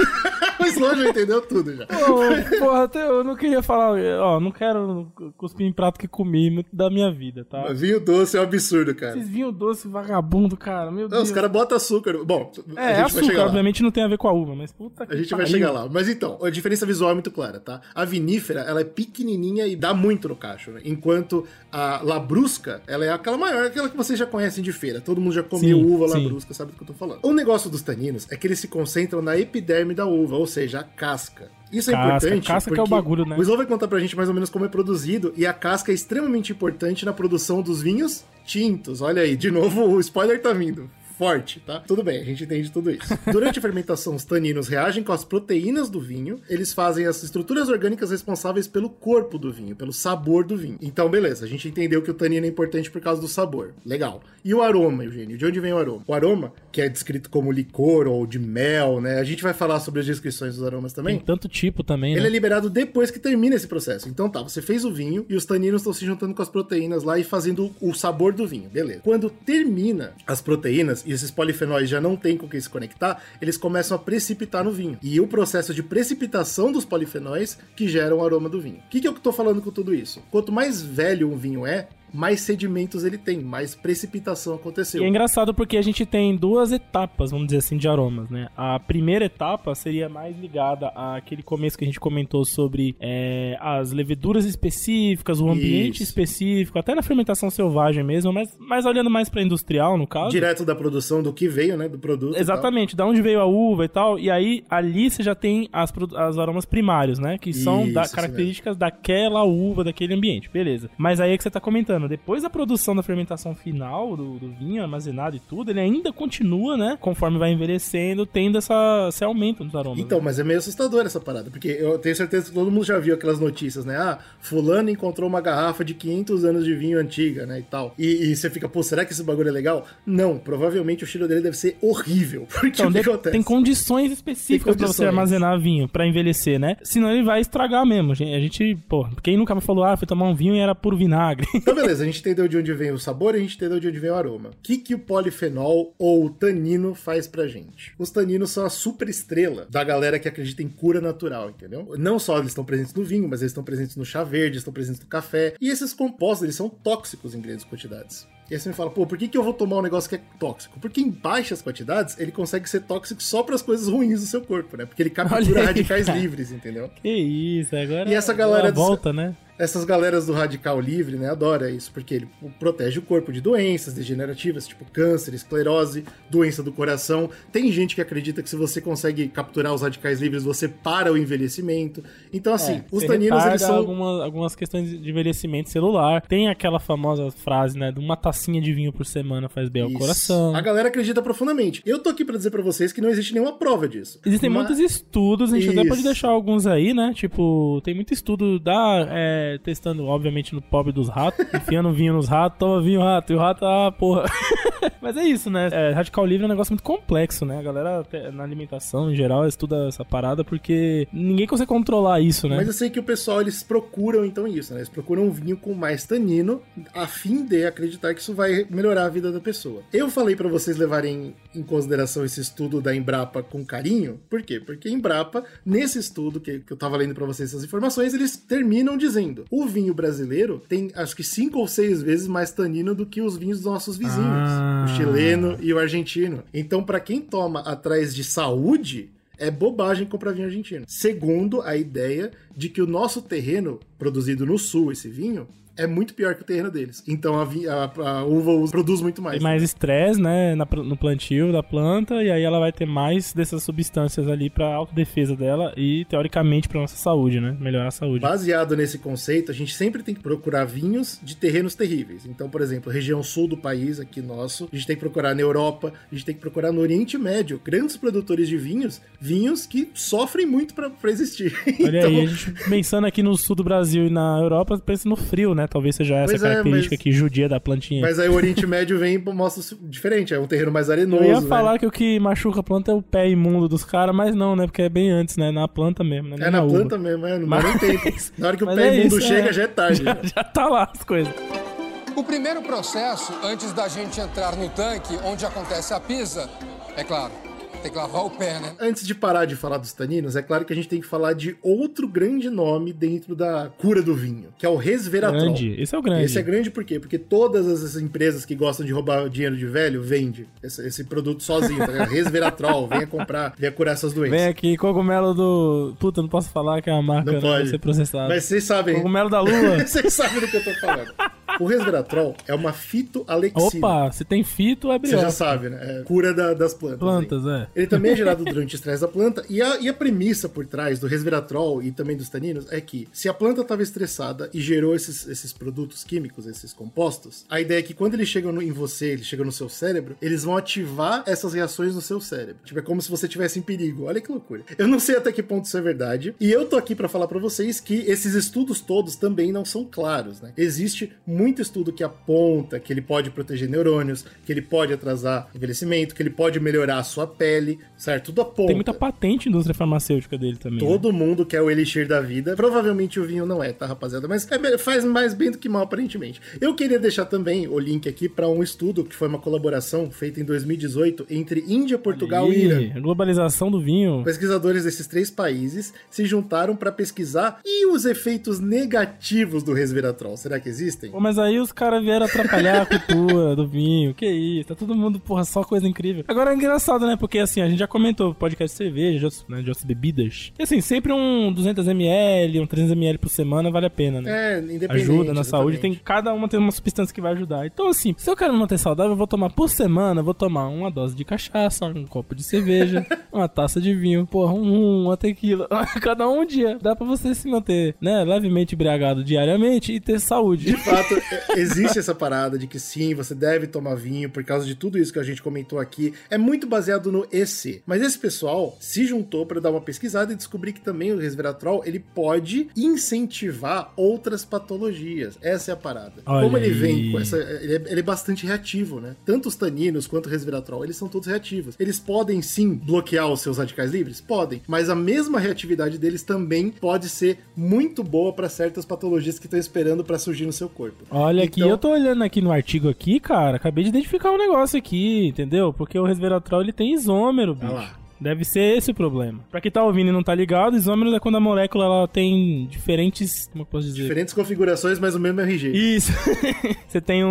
Speaker 2: Mas Slow já entendeu tudo já.
Speaker 3: Porra, até eu não queria falar... Ó, não quero cuspir em prato que comi da minha vida, tá?
Speaker 2: Mas vinho doce é um absurdo, cara.
Speaker 3: Esses vinho doce vagabundo, cara, meu Deus.
Speaker 2: Os caras botam açúcar. Bom, a gente
Speaker 3: açúcar,
Speaker 2: vai chegar lá.
Speaker 3: Obviamente não tem a ver com a uva, mas puta que
Speaker 2: A gente vai chegar lá. Mas então, a diferença visual é muito clara, tá? A vinífera, ela é pequenininha e dá muito no cacho, né? Enquanto a labrusca, ela é aquela maior, aquela que vocês já conhecem de feira. Todo mundo já comeu uva labrusca, sabe do que eu tô falando. O negócio dos taninos é que eles se concentram na epiderme da uva, ou seja, a casca. Isso é importante.
Speaker 3: Casca
Speaker 2: porque
Speaker 3: que é o bagulho, né?
Speaker 2: O Slow vai contar pra gente mais ou menos como é produzido, e a casca é extremamente importante na produção dos vinhos tintos. Olha aí, de novo o spoiler tá vindo. Forte, tá? Tudo bem, a gente entende tudo isso. Durante a fermentação, os taninos reagem com as proteínas do vinho, eles fazem as estruturas orgânicas responsáveis pelo corpo do vinho, pelo sabor do vinho. Então, beleza, a gente entendeu que o tanino é importante por causa do sabor. Legal. E o aroma, Eugênio? De onde vem o aroma? O aroma, que é descrito como licor ou de mel, né? A gente vai falar sobre as descrições dos aromas também.
Speaker 3: Tem tanto tipo também, né?
Speaker 2: Ele é liberado depois que termina esse processo. Então tá, você fez o vinho e os taninos estão se juntando com as proteínas lá e fazendo o sabor do vinho, beleza. Quando termina as proteínas e esses polifenóis já não tem com quem se conectar, eles começam a precipitar no vinho. E o processo de precipitação dos polifenóis que geram o aroma do vinho. O que eu tô falando com tudo isso? Quanto mais velho um vinho é, mais sedimentos ele tem, mais precipitação aconteceu.
Speaker 3: E é engraçado porque a gente tem 2 etapas, vamos dizer assim, de aromas, né? A primeira etapa seria mais ligada àquele começo que a gente comentou sobre as leveduras específicas, o ambiente específico, até na fermentação selvagem mesmo, mas olhando mais pra industrial, no caso.
Speaker 2: Direto da produção do que veio, né? Do produto.
Speaker 3: Exatamente, da onde veio a uva e tal. E aí, ali você já tem as aromas primários, né? Que são características daquela uva, daquele ambiente. Beleza. Mas aí é que você tá comentando. Depois da produção da fermentação final do vinho, armazenado e tudo, ele ainda continua, né? Conforme vai envelhecendo, tendo esse aumento nos aromas.
Speaker 2: Então,
Speaker 3: né?
Speaker 2: mas é meio assustador essa parada, porque eu tenho certeza que todo mundo já viu aquelas notícias, né? Ah, fulano encontrou uma garrafa de 500 anos de vinho antiga, né? E tal. E você fica, pô, será que esse bagulho é legal? Não, provavelmente o cheiro dele deve ser horrível. Porque
Speaker 3: então,
Speaker 2: o que acontece?
Speaker 3: Tem condições específicas pra você armazenar vinho, pra envelhecer, né? Senão ele vai estragar mesmo. A gente, pô, quem nunca me falou, foi tomar um vinho e era puro vinagre.
Speaker 2: Então, beleza, a gente entendeu de onde vem o sabor, a gente entendeu de onde vem o aroma. O que o polifenol ou o tanino faz pra gente? Os taninos são a super estrela da galera que acredita em cura natural, entendeu? Não só eles estão presentes no vinho, mas eles estão presentes no chá verde, estão presentes no café. E esses compostos, eles são tóxicos em grandes quantidades. E aí você me fala, pô, por que eu vou tomar um negócio que é tóxico? Porque em baixas quantidades, ele consegue ser tóxico só para as coisas ruins do seu corpo, né? Porque ele captura radicais livres, entendeu?
Speaker 3: Que isso, agora
Speaker 2: e essa galera
Speaker 3: volta, né?
Speaker 2: Essas galeras do radical livre, né, adora isso, porque ele protege o corpo de doenças degenerativas, tipo câncer, esclerose, doença do coração. Tem gente que acredita que se você consegue capturar os radicais livres, você para o envelhecimento. Então, assim, os taninos, eles são...
Speaker 3: algumas questões de envelhecimento celular. Tem aquela famosa frase, né, de uma tacinha de vinho por semana faz bem ao coração.
Speaker 2: A galera acredita profundamente. Eu tô aqui pra dizer pra vocês que não existe nenhuma prova disso.
Speaker 3: Existem muitos estudos, a gente até pode deixar alguns aí, né, tipo, tem muito estudo testando, obviamente, no pobre dos ratos, enfiando vinho nos ratos, toma vinho, rato, e o rato, porra. Mas é isso, né? Radical livre é um negócio muito complexo, né? A galera, na alimentação, em geral, estuda essa parada porque ninguém consegue controlar isso, né?
Speaker 2: Mas eu sei que o pessoal, eles procuram, então, isso, né? Eles procuram um vinho com mais tanino, a fim de acreditar que isso vai melhorar a vida da pessoa. Eu falei pra vocês levarem em consideração esse estudo da Embrapa com carinho. Por quê? Porque a Embrapa, nesse estudo que eu tava lendo pra vocês essas informações, eles terminam dizendo: o vinho brasileiro tem, acho que 5 ou 6 vezes mais tanino do que os vinhos dos nossos vizinhos, o chileno e o argentino. Então, pra quem toma atrás de saúde, é bobagem comprar vinho argentino. Segundo a ideia de que o nosso terreno, produzido no sul, esse vinho, é muito pior que o terreno deles. Então a uva produz muito mais.
Speaker 3: Tem mais estresse, né, no plantio da planta, e aí ela vai ter mais dessas substâncias ali pra autodefesa dela e, teoricamente, pra nossa saúde, né? Melhorar a saúde.
Speaker 2: Baseado nesse conceito, a gente sempre tem que procurar vinhos de terrenos terríveis. Então, por exemplo, região sul do país, aqui nosso, a gente tem que procurar na Europa, a gente tem que procurar no Oriente Médio. Grandes produtores de vinhos que sofrem muito pra existir.
Speaker 3: Olha então... aí, a gente pensando aqui no sul do Brasil e na Europa, pensa no frio, né? Talvez seja essa característica que judia da plantinha.
Speaker 2: Mas aí o Oriente Médio vem e mostra diferente, é um terreno mais arenoso.
Speaker 3: Eu ia falar que o que machuca a planta é o pé imundo dos caras, mas não, né? Porque é bem antes, né? Na planta mesmo, né?
Speaker 2: É na planta mesmo, não dá nem tempo. Na hora que o pé imundo chega, já é tarde.
Speaker 3: Já tá lá as coisas.
Speaker 5: O primeiro processo, antes da gente entrar no tanque, onde acontece a pisa, é claro, tem que lavar o pé, né?
Speaker 2: Antes de parar de falar dos taninos, é claro que a gente tem que falar de outro grande nome dentro da cura do vinho, que é o resveratrol.
Speaker 3: Grande. Esse é o grande.
Speaker 2: Esse é grande por quê? Porque todas as empresas que gostam de roubar dinheiro de velho vendem esse produto sozinho, tá ligado? Resveratrol, venha comprar, venha curar essas doenças.
Speaker 3: Vem aqui, cogumelo do... Puta, não posso falar que é uma marca,
Speaker 2: não pode
Speaker 3: ser processada.
Speaker 2: Mas vocês sabem.
Speaker 3: Cogumelo da lua.
Speaker 2: Vocês sabem do que eu tô falando. O resveratrol é uma fitoalexina.
Speaker 3: Opa, se tem fito, é briófito.
Speaker 2: Você já sabe, né? É cura das plantas.
Speaker 3: Plantas,
Speaker 2: aí. Ele também é gerado durante o estresse da planta. E a premissa por trás do resveratrol e também dos taninos é que se a planta estava estressada e gerou esses produtos químicos, esses compostos, a ideia é que quando eles chegam em você, eles chegam no seu cérebro, eles vão ativar essas reações no seu cérebro. Tipo, é como se você estivesse em perigo. Olha que loucura. Eu não sei até que ponto isso é verdade. E eu tô aqui pra falar pra vocês que esses estudos todos também não são claros, né? Existe muito estudo que aponta que ele pode proteger neurônios, que ele pode atrasar envelhecimento, que ele pode melhorar a sua pele, certo? Tudo aponta.
Speaker 3: Tem muita patente indústria farmacêutica dele também.
Speaker 2: Todo mundo quer o elixir da vida. Provavelmente o vinho não é, tá, rapaziada? Mas faz mais bem do que mal, aparentemente. Eu queria deixar também o link aqui para um estudo que foi uma colaboração feita em 2018 entre Índia, Portugal e Irã.
Speaker 3: A globalização do vinho.
Speaker 2: Pesquisadores desses 3 países se juntaram para pesquisar e os efeitos negativos do resveratrol. Será que existem?
Speaker 3: Pô, mas aí os caras vieram atrapalhar a cultura do vinho. Que isso? Tá todo mundo, porra, só coisa incrível. Agora é engraçado, né? Porque assim, a gente já comentou podcast de cerveja, de outras bebidas. E assim, sempre um 200ml, um 300ml por semana vale a pena, né?
Speaker 2: Independente.
Speaker 3: Ajuda na saúde. Cada uma tem uma substância que vai ajudar. Então assim, se eu quero me manter saudável, eu vou tomar por semana, eu vou tomar uma dose de cachaça, um copo de cerveja, uma taça de vinho, porra, uma tequila. Cada um dia. Dá pra você se manter, né, levemente embriagado diariamente e ter saúde.
Speaker 2: De fato, existe essa parada de que sim, você deve tomar vinho por causa de tudo isso que a gente comentou aqui. É muito baseado no EC. Mas esse pessoal se juntou para dar uma pesquisada e descobrir que também o resveratrol, ele pode incentivar outras patologias. Essa é a parada.
Speaker 3: Olha
Speaker 2: Como ele
Speaker 3: aí.
Speaker 2: vem com essa... Ele é bastante reativo, né? Tanto os taninos quanto o resveratrol, eles são todos reativos. Eles podem sim bloquear os seus radicais livres? Podem. Mas a mesma reatividade deles também pode ser muito boa para certas patologias que estão esperando para surgir no seu corpo.
Speaker 3: Olha aqui, eu tô olhando aqui no artigo aqui, cara, acabei de identificar um negócio aqui, entendeu? Porque o resveratrol, ele tem isômero, bicho.
Speaker 2: Olha lá.
Speaker 3: Deve ser esse o problema. Pra quem tá ouvindo e não tá ligado, isômeros é quando a molécula ela tem diferentes... Como eu posso dizer?
Speaker 2: Diferentes configurações, mas o mesmo RG.
Speaker 3: Isso. Você tem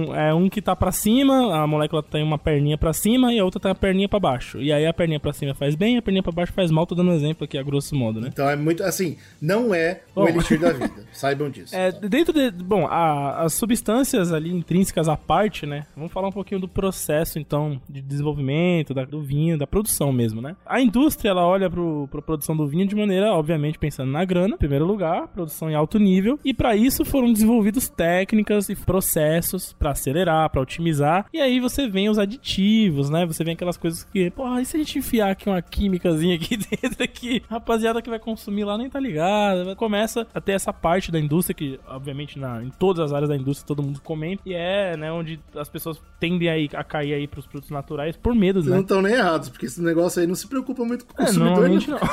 Speaker 3: um que tá pra cima, a molécula tem uma perninha pra cima e a outra tem a perninha pra baixo. E aí a perninha pra cima faz bem, a perninha pra baixo faz mal. Tô dando um exemplo aqui a grosso modo, né?
Speaker 2: Então é muito... Assim, não é o elixir da vida. Saibam disso.
Speaker 3: Dentro de... Bom, as substâncias ali intrínsecas à parte, né? Vamos falar um pouquinho do processo, então, de desenvolvimento do vinho, da produção mesmo. mesmo, né? A indústria, ela olha pra produção do vinho de maneira, obviamente, pensando na grana, em primeiro lugar, produção em alto nível, e para isso foram desenvolvidos técnicas e processos para acelerar, para otimizar, e aí você vem os aditivos, né? Você vem aquelas coisas que, porra, e se a gente enfiar aqui uma químicazinha aqui dentro aqui, a rapaziada que vai consumir lá nem tá ligada, começa a ter essa parte da indústria que, obviamente, em todas as áreas da indústria todo mundo comenta, e é, né, onde as pessoas tendem a cair aí pros produtos naturais por medo,
Speaker 2: Vocês
Speaker 3: né?
Speaker 2: não estão nem errados, porque esse negócio aí não se preocupa muito com o consumidor.
Speaker 3: Normalmente não.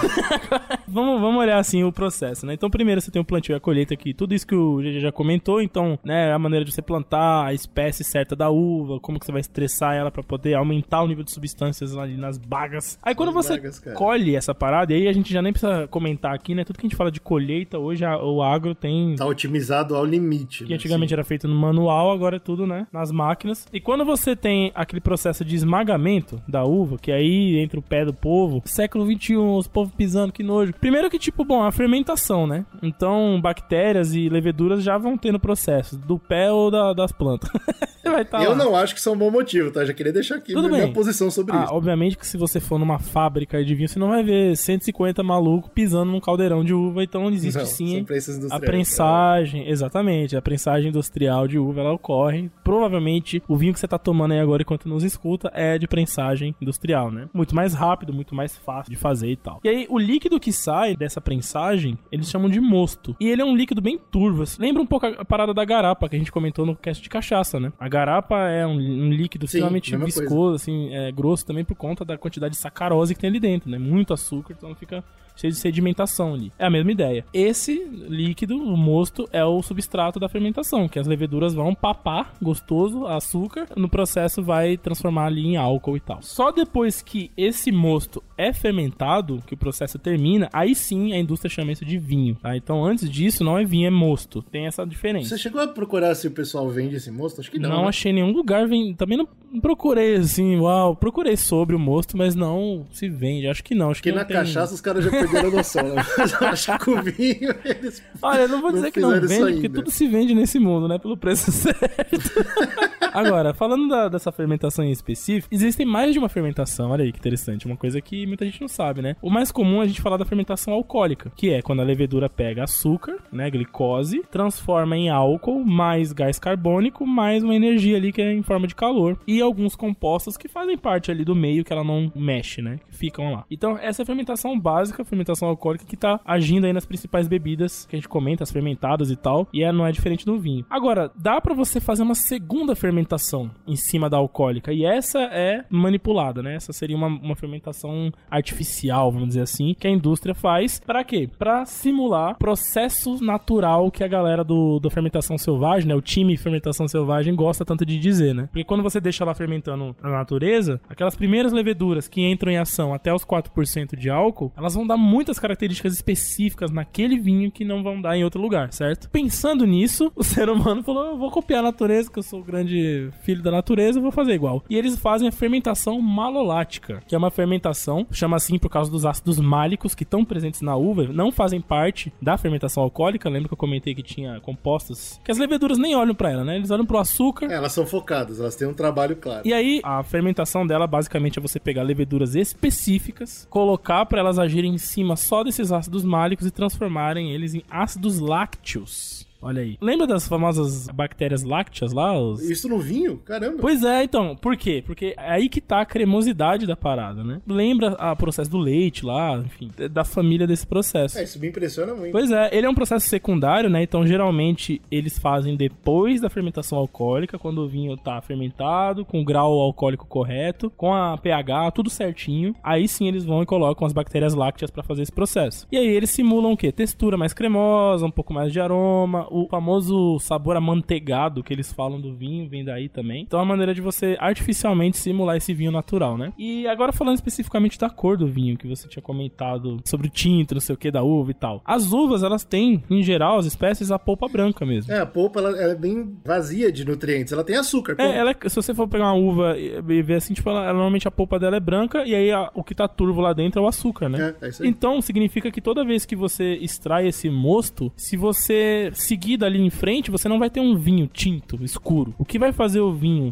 Speaker 3: Vamos olhar assim o processo, né? Então, primeiro você tem o plantio e a colheita aqui, tudo isso que o GG já comentou, então, né, a maneira de você plantar, a espécie certa da uva, como que você vai estressar ela pra poder aumentar o nível de substâncias ali nas bagas. Aí quando você colhe essa parada, e aí a gente já nem precisa comentar aqui, né? Tudo que a gente fala de colheita, hoje o agro tem...
Speaker 2: Tá otimizado ao limite.
Speaker 3: Que antigamente era feito no manual, agora é tudo, né, nas máquinas. E quando você tem aquele processo de esmagamento da uva, que aí entra o pé do povo, século XXI, os povos pisando, que nojo. Primeiro que, tipo, bom, a fermentação, né? Então, bactérias e leveduras já vão ter no processo, do pé ou das plantas. Vai tá
Speaker 2: eu
Speaker 3: lá.
Speaker 2: não acho que isso é um bom motivo, tá? Já queria deixar aqui minha posição sobre isso.
Speaker 3: Obviamente que se você for numa fábrica de vinho, você não vai ver 150 malucos pisando num caldeirão de uva, então existe sim a prensagem, exatamente, a prensagem industrial de uva, ela ocorre. Provavelmente o vinho que você tá tomando aí agora enquanto nos escuta é de prensagem industrial, né? Muito mais rápido, muito mais fácil de fazer e tal. E aí o líquido que sai dessa prensagem, eles chamam de mosto. E ele é um líquido bem turvo. Lembra um pouco a parada da garapa que a gente comentou no cast de cachaça, né? A garapa é um líquido extremamente viscoso, assim, grosso também por conta da quantidade de sacarose que tem ali dentro, né? Muito açúcar, então fica cheio de sedimentação ali. É a mesma ideia. Esse líquido, o mosto, é o substrato da fermentação, que as leveduras vão papar, gostoso, açúcar, no processo vai transformar ali em álcool e tal. Só depois que esse mosto é fermentado, que o processo termina, aí sim a indústria chama isso de vinho, tá? Então antes disso não é vinho, é mosto. Tem essa diferença.
Speaker 2: Você chegou a procurar se o pessoal vende esse mosto? Acho que não.
Speaker 3: Não achei nenhum lugar, também não procurei assim, procurei sobre o mosto, mas não se vende, acho que não. Acho
Speaker 2: que
Speaker 3: não
Speaker 2: na cachaça os caras já perderam a noção, né? Mas eu acho que o vinho, eles...
Speaker 3: Olha, eu não vou dizer que não vende, porque tudo se vende nesse mundo, né? Pelo preço certo. Agora, falando dessa fermentação em específico, existem mais de uma fermentação, olha aí que interessante, uma coisa que muita gente não sabe, né? O mais comum é a gente falar da fermentação alcoólica, que é quando a levedura pega açúcar, né, glicose, transforma em álcool, mais gás carbônico, mais uma energia ali que é em forma de calor, e alguns compostos que fazem parte ali do meio que ela não mexe, né? Que ficam lá. Então, essa é a fermentação básica, a fermentação alcoólica que tá agindo aí nas principais bebidas que a gente comenta, as fermentadas e tal, e não é diferente do vinho. Agora, dá pra você fazer uma segunda fermentação em cima da alcoólica, e essa é manipulada, né? Essa seria uma fermentação artificial, vamos dizer assim, que a indústria faz. Pra quê? Pra simular processo natural que a galera da fermentação selvagem, né? O time fermentação selvagem gosta tanto de dizer, né? Porque quando você deixa lá fermentando na natureza, aquelas primeiras leveduras que entram em ação até os 4% de álcool, elas vão dar muitas características específicas naquele vinho que não vão dar em outro lugar, certo? Pensando nisso, o ser humano falou, eu vou copiar a natureza, que eu sou o grande filho da natureza, eu vou fazer igual. E eles fazem a fermentação malolática, que é uma fermentação, chama assim por causa dos ácidos málicos que estão presentes na uva, não fazem parte da fermentação alcoólica. Lembra que eu comentei que tinha compostos que as leveduras nem olham pra ela, né? Eles olham pro açúcar.
Speaker 2: Elas são focadas, elas têm um trabalho claro.
Speaker 3: E aí, a fermentação dela, basicamente, é você pegar leveduras específicas, colocar pra elas agirem em cima só desses ácidos málicos e transformarem eles em ácidos lácteos. Olha aí. Lembra das famosas bactérias lácteas lá?
Speaker 2: Isso no vinho? Caramba.
Speaker 3: Pois é, então. Por quê? Porque é aí que tá a cremosidade da parada, né? Lembra o processo do leite lá, enfim, da família desse processo.
Speaker 2: Isso me impressiona muito.
Speaker 3: Pois é, ele é um processo secundário, né? Então, geralmente, eles fazem depois da fermentação alcoólica, quando o vinho tá fermentado, com o grau alcoólico correto, com a pH, tudo certinho. Aí sim, eles vão e colocam as bactérias lácteas pra fazer esse processo. E aí, eles simulam o quê? Textura mais cremosa, um pouco mais de aroma, o famoso sabor amanteigado que eles falam do vinho vem daí também. Então é uma maneira de você artificialmente simular esse vinho natural, né? E agora falando especificamente da cor do vinho, que você tinha comentado sobre o tinto, não sei o que, da uva e tal. As uvas, elas têm, em geral, as espécies, a polpa branca mesmo.
Speaker 2: A polpa ela é bem vazia de nutrientes. Ela tem açúcar.
Speaker 3: Se você for pegar uma uva e ver assim, tipo, normalmente a polpa dela é branca e aí o que tá turvo lá dentro é o açúcar, né?
Speaker 2: É isso aí.
Speaker 3: Então, significa que toda vez que você extrai esse mosto, se você seguir dali em frente, você não vai ter um vinho tinto, escuro. O que vai fazer o vinho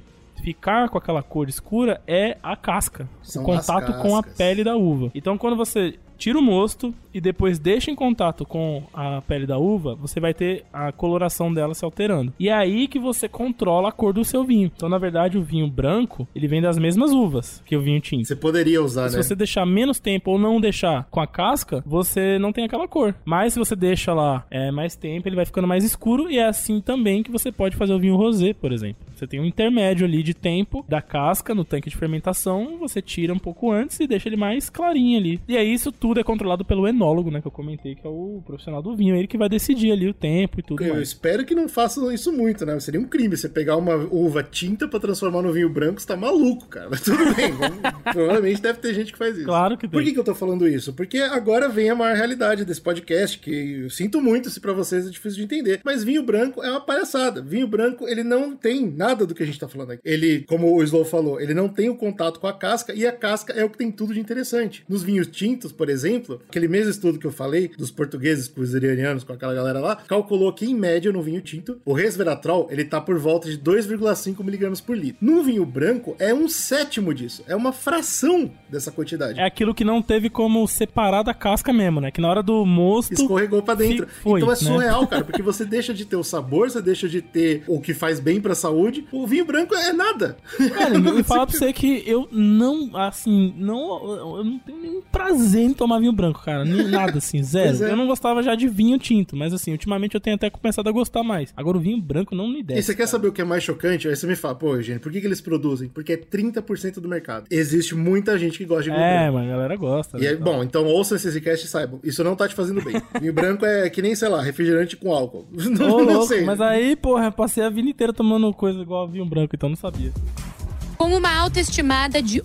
Speaker 3: ficar com aquela cor escura é a casca.
Speaker 2: São
Speaker 3: o contato
Speaker 2: as
Speaker 3: com a
Speaker 2: cascas.
Speaker 3: pele da uva. Então quando você tira o mosto e depois deixa em contato com a pele da uva, você vai ter a coloração dela se alterando. E é aí que você controla a cor do seu vinho. Então, na verdade, o vinho branco, ele vem das mesmas uvas que o vinho tinto.
Speaker 2: Você poderia usar,
Speaker 3: Se
Speaker 2: né?
Speaker 3: você deixar menos tempo ou não deixar com a casca, você não tem aquela cor. Mas se você deixa lá mais tempo, ele vai ficando mais escuro e é assim também que você pode fazer o vinho rosé, por exemplo. Você tem um intermédio ali de tempo da casca no tanque de fermentação, você tira um pouco antes e deixa ele mais clarinho ali. E aí isso tudo é controlado pelo enólogo, né, que eu comentei, que é o profissional do vinho, ele que vai decidir ali o tempo e tudo
Speaker 2: Eu
Speaker 3: mais.
Speaker 2: espero que não façam isso muito, né? Seria um crime você pegar uma uva tinta pra transformar no vinho branco, você tá maluco, cara. Mas tudo bem, provavelmente deve ter gente que faz isso.
Speaker 3: Claro que tem.
Speaker 2: Por que eu tô falando isso? Porque agora vem a maior realidade desse podcast, que eu sinto muito se pra vocês é difícil de entender, mas vinho branco é uma palhaçada. Vinho branco, ele não tem nada do que a gente tá falando aqui. Ele, como o Slow falou, ele não tem o contato com a casca, e a casca é o que tem tudo de interessante. Nos vinhos tintos, por exemplo, aquele mesmo estudo que eu falei, dos portugueses com os iranianos, com aquela galera lá, calculou que, em média, no vinho tinto, o resveratrol, ele tá por volta de 2,5 mg por litro. No vinho branco, é 1/7 disso. É uma fração dessa quantidade.
Speaker 3: É aquilo que não teve como separar da casca mesmo, né? Que na hora do mosto...
Speaker 2: Escorregou pra dentro.
Speaker 3: Foi,
Speaker 2: então é
Speaker 3: né?
Speaker 2: surreal, cara, porque você deixa de ter o sabor, você deixa de ter o que faz bem pra saúde. O vinho branco é nada.
Speaker 3: Cara, eu vou falar pra você que eu não, assim, eu não tenho nenhum prazer em tomar vinho branco, cara. Nem nada, assim, zero.
Speaker 2: Pois é.
Speaker 3: Eu não gostava já de vinho tinto, mas assim, ultimamente eu tenho até começado a gostar mais. Agora o vinho branco não me desce.
Speaker 2: E você quer saber o que é mais chocante? Aí você me fala, pô, Eugênio, por que eles produzem? Porque é 30% do mercado. Existe muita gente que gosta de vinho branco.
Speaker 3: Mas a galera gosta.
Speaker 2: E aí, bom, então ouçam esse cast e saibam. Isso não tá te fazendo bem. Vinho branco é que nem, sei lá, refrigerante com álcool.
Speaker 3: Ô,
Speaker 2: não
Speaker 3: louco,
Speaker 2: sei.
Speaker 3: mas aí, porra, eu passei a vida inteira tomando coisa igual vinho branco, então não sabia.
Speaker 6: Com uma alta estimada de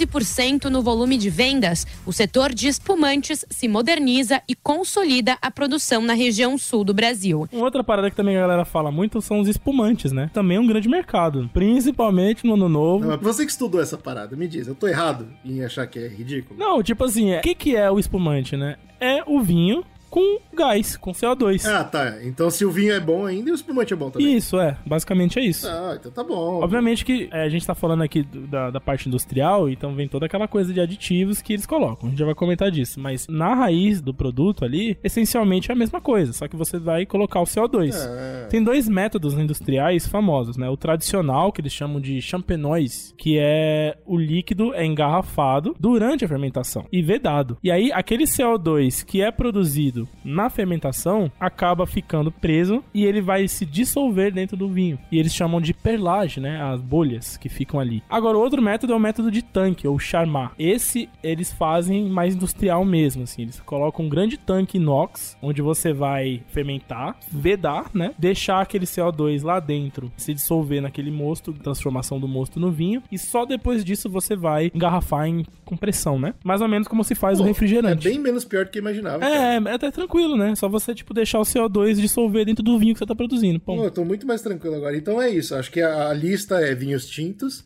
Speaker 6: 11% no volume de vendas, o setor de espumantes se moderniza e consolida a produção na região sul do Brasil.
Speaker 3: Uma outra parada que também a galera fala muito são os espumantes, né? Também é um grande mercado, principalmente no Ano Novo.
Speaker 2: Não, mas você que estudou essa parada, me diz, eu tô errado em achar que é ridículo?
Speaker 3: Não, tipo assim, o que é o espumante, né? É o vinho com gás, com CO2.
Speaker 2: Ah, tá. Então se o vinho é bom ainda, o espumante é bom também.
Speaker 3: Isso, basicamente é isso.
Speaker 2: Ah, então tá bom.
Speaker 3: Obviamente que a gente tá falando aqui da parte industrial, então vem toda aquela coisa de aditivos que eles colocam. A gente já vai comentar disso. Mas na raiz do produto ali, essencialmente é a mesma coisa, só que você vai colocar o CO2. Tem dois métodos industriais famosos, né? O tradicional, que eles chamam de champenoise, que é o líquido engarrafado durante a fermentação e vedado. E aí, aquele CO2 que é produzido na fermentação acaba ficando preso e ele vai se dissolver dentro do vinho. E eles chamam de perlage, né? As bolhas que ficam ali. Agora, o outro método é o método de tanque, ou charmat. Esse, eles fazem mais industrial mesmo, assim. Eles colocam um grande tanque inox, onde você vai fermentar, vedar, né? Deixar aquele CO2 lá dentro se dissolver naquele mosto, transformação do mosto no vinho, e só depois disso você vai engarrafar com pressão, né? Mais ou menos como se faz o refrigerante.
Speaker 2: É bem menos pior do que eu imaginava.
Speaker 3: É até tranquilo, né? Só você, deixar o CO2 dissolver dentro do vinho que você tá produzindo. Pô,
Speaker 2: eu tô muito mais tranquilo agora. Então é isso. Acho que a lista é vinhos tintos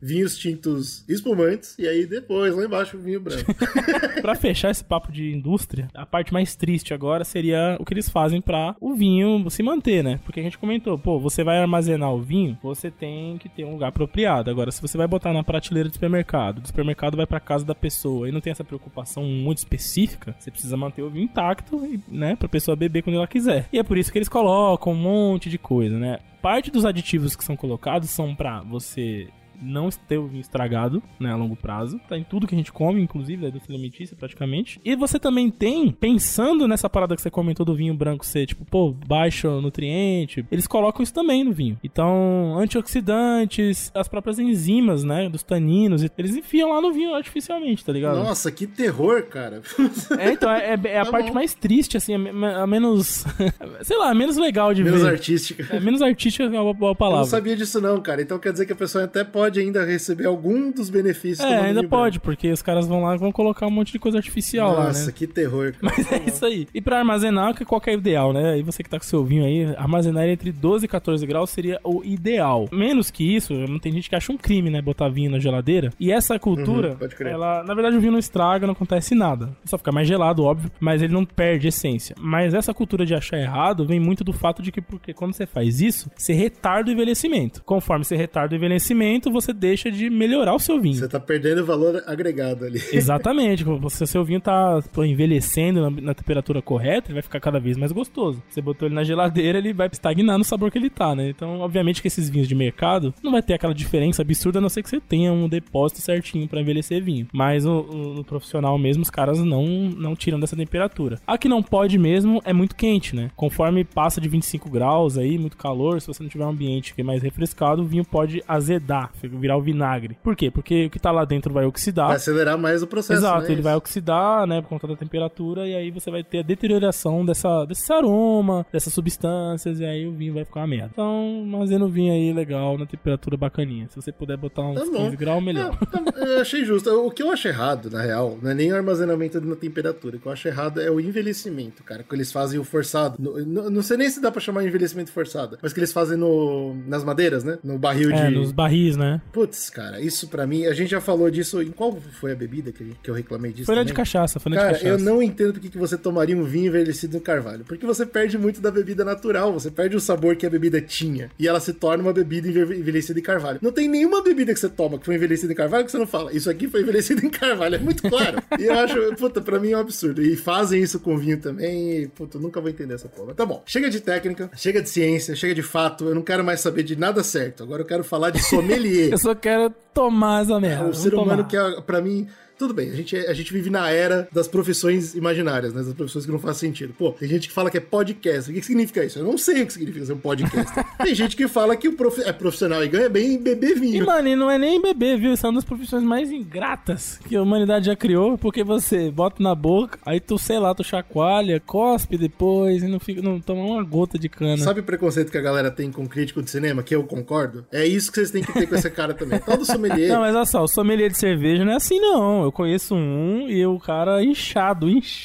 Speaker 2: espumantes, e aí depois, lá embaixo, o vinho branco.
Speaker 3: Pra fechar esse papo de indústria, a parte mais triste agora seria o que eles fazem pra o vinho se manter, né? Porque a gente comentou, você vai armazenar o vinho, você tem que ter um lugar apropriado. Agora, se você vai botar na prateleira do supermercado vai pra casa da pessoa e não tem essa preocupação muito específica, você precisa manter o vinho intacto, né? Pra pessoa beber quando ela quiser. E é por isso que eles colocam um monte de coisa, né? Parte dos aditivos que são colocados são pra você não ter o vinho estragado, né, a longo prazo. Tá em tudo que a gente come, inclusive, da indústria alimentícia, praticamente. E você também tem, pensando nessa parada que você comentou do vinho branco ser, baixo nutriente, eles colocam isso também no vinho. Então, antioxidantes, as próprias enzimas, né, dos taninos, eles enfiam lá no vinho artificialmente, tá ligado?
Speaker 2: Nossa, que terror, cara.
Speaker 3: Então, é a parte mais triste, assim, a menos, sei lá, a menos legal de ver.
Speaker 2: Menos artística.
Speaker 3: Menos artística é uma boa palavra.
Speaker 2: Eu não sabia disso não, cara. Então quer dizer que a pessoa até pode ainda receber algum dos benefícios.
Speaker 3: Ainda pode, porque os caras vão lá e vão colocar um monte de coisa artificial.
Speaker 2: Nossa,
Speaker 3: lá, né?
Speaker 2: Nossa, que terror, cara.
Speaker 3: Mas é isso aí. E pra armazenar, qual que é o ideal, né? E você que tá com seu vinho aí, armazenar ele entre 12 e 14 graus seria o ideal. Menos que isso, tem gente que acha um crime, né? Botar vinho na geladeira. E essa cultura, ela, na verdade, o vinho não estraga, não acontece nada. Só fica mais gelado, óbvio, mas ele não perde essência. Mas essa cultura de achar errado vem muito do fato de que, porque quando você faz isso, você retarda o envelhecimento. Conforme você retarda o envelhecimento, você deixa de melhorar o seu vinho.
Speaker 2: Você tá perdendo valor agregado ali.
Speaker 3: Exatamente. Se o seu vinho tá envelhecendo na temperatura correta, ele vai ficar cada vez mais gostoso. Você botou ele na geladeira, ele vai estagnar no sabor que ele tá, né? Então, obviamente que esses vinhos de mercado não vai ter aquela diferença absurda, a não ser que você tenha um depósito certinho pra envelhecer vinho. Mas no profissional mesmo, os caras não tiram dessa temperatura. A que não pode mesmo é muito quente, né? Conforme passa de 25 graus aí, muito calor, se você não tiver um ambiente que é mais refrescado, o vinho pode azedar, virar o vinagre. Por quê? Porque o que tá lá dentro vai oxidar.
Speaker 2: Vai acelerar mais o processo,
Speaker 3: exato,
Speaker 2: né?
Speaker 3: Ele vai oxidar, né, por conta da temperatura, e aí você vai ter a deterioração desse aroma, dessas substâncias, e aí o vinho vai ficar uma merda. Então, armazena o vinho aí legal, na temperatura bacaninha. Se você puder botar uns 15 graus, melhor.
Speaker 2: Eu achei justo. O que eu acho errado, na real, não é nem o armazenamento na temperatura. O que eu acho errado é o envelhecimento, cara. Que eles fazem o forçado. Não sei nem se dá pra chamar de envelhecimento forçado, mas que eles fazem nas madeiras, né? No barril de...
Speaker 3: nos barris, né?
Speaker 2: Putz, cara, isso pra mim... A gente já falou disso... Em qual foi a bebida que eu reclamei disso?
Speaker 3: Foi na de cachaça,
Speaker 2: Cara, eu não entendo por que você tomaria um vinho envelhecido no carvalho. Porque você perde muito da bebida natural. Você perde o sabor que a bebida tinha. E ela se torna uma bebida envelhecida em carvalho. Não tem nenhuma bebida que você toma que foi envelhecida em carvalho que você não fala, isso aqui foi envelhecido em carvalho. É muito claro. E eu acho, puta, pra mim é um absurdo. E fazem isso com vinho também. E, puta, eu nunca vou entender essa porra. Tá bom. Chega de técnica, chega de ciência, chega de fato. Eu não quero mais saber de nada certo. Agora eu quero falar de sommelier.
Speaker 3: Eu só quero tomar essa merda.
Speaker 2: O ser humano que é, pra mim... Tudo bem, a gente vive na era das profissões imaginárias, né? Das profissões que não fazem sentido. Pô, tem gente que fala que é podcast. O que significa isso? Eu não sei o que significa ser um podcast. Tem gente que fala que é profissional e ganha bem em beber vinho.
Speaker 3: E, mano, e não é nem beber, viu? Isso é uma das profissões mais ingratas que a humanidade já criou, porque você bota na boca, aí tu, sei lá, tu chacoalha, cospe depois e não toma uma gota de cana.
Speaker 2: Sabe o preconceito que a galera tem com crítico de cinema, que eu concordo? É isso que vocês têm que ter com esse cara também. Todo sommelier...
Speaker 3: Não, mas olha só, o sommelier de cerveja não é assim, não. Eu conheço e o cara inchado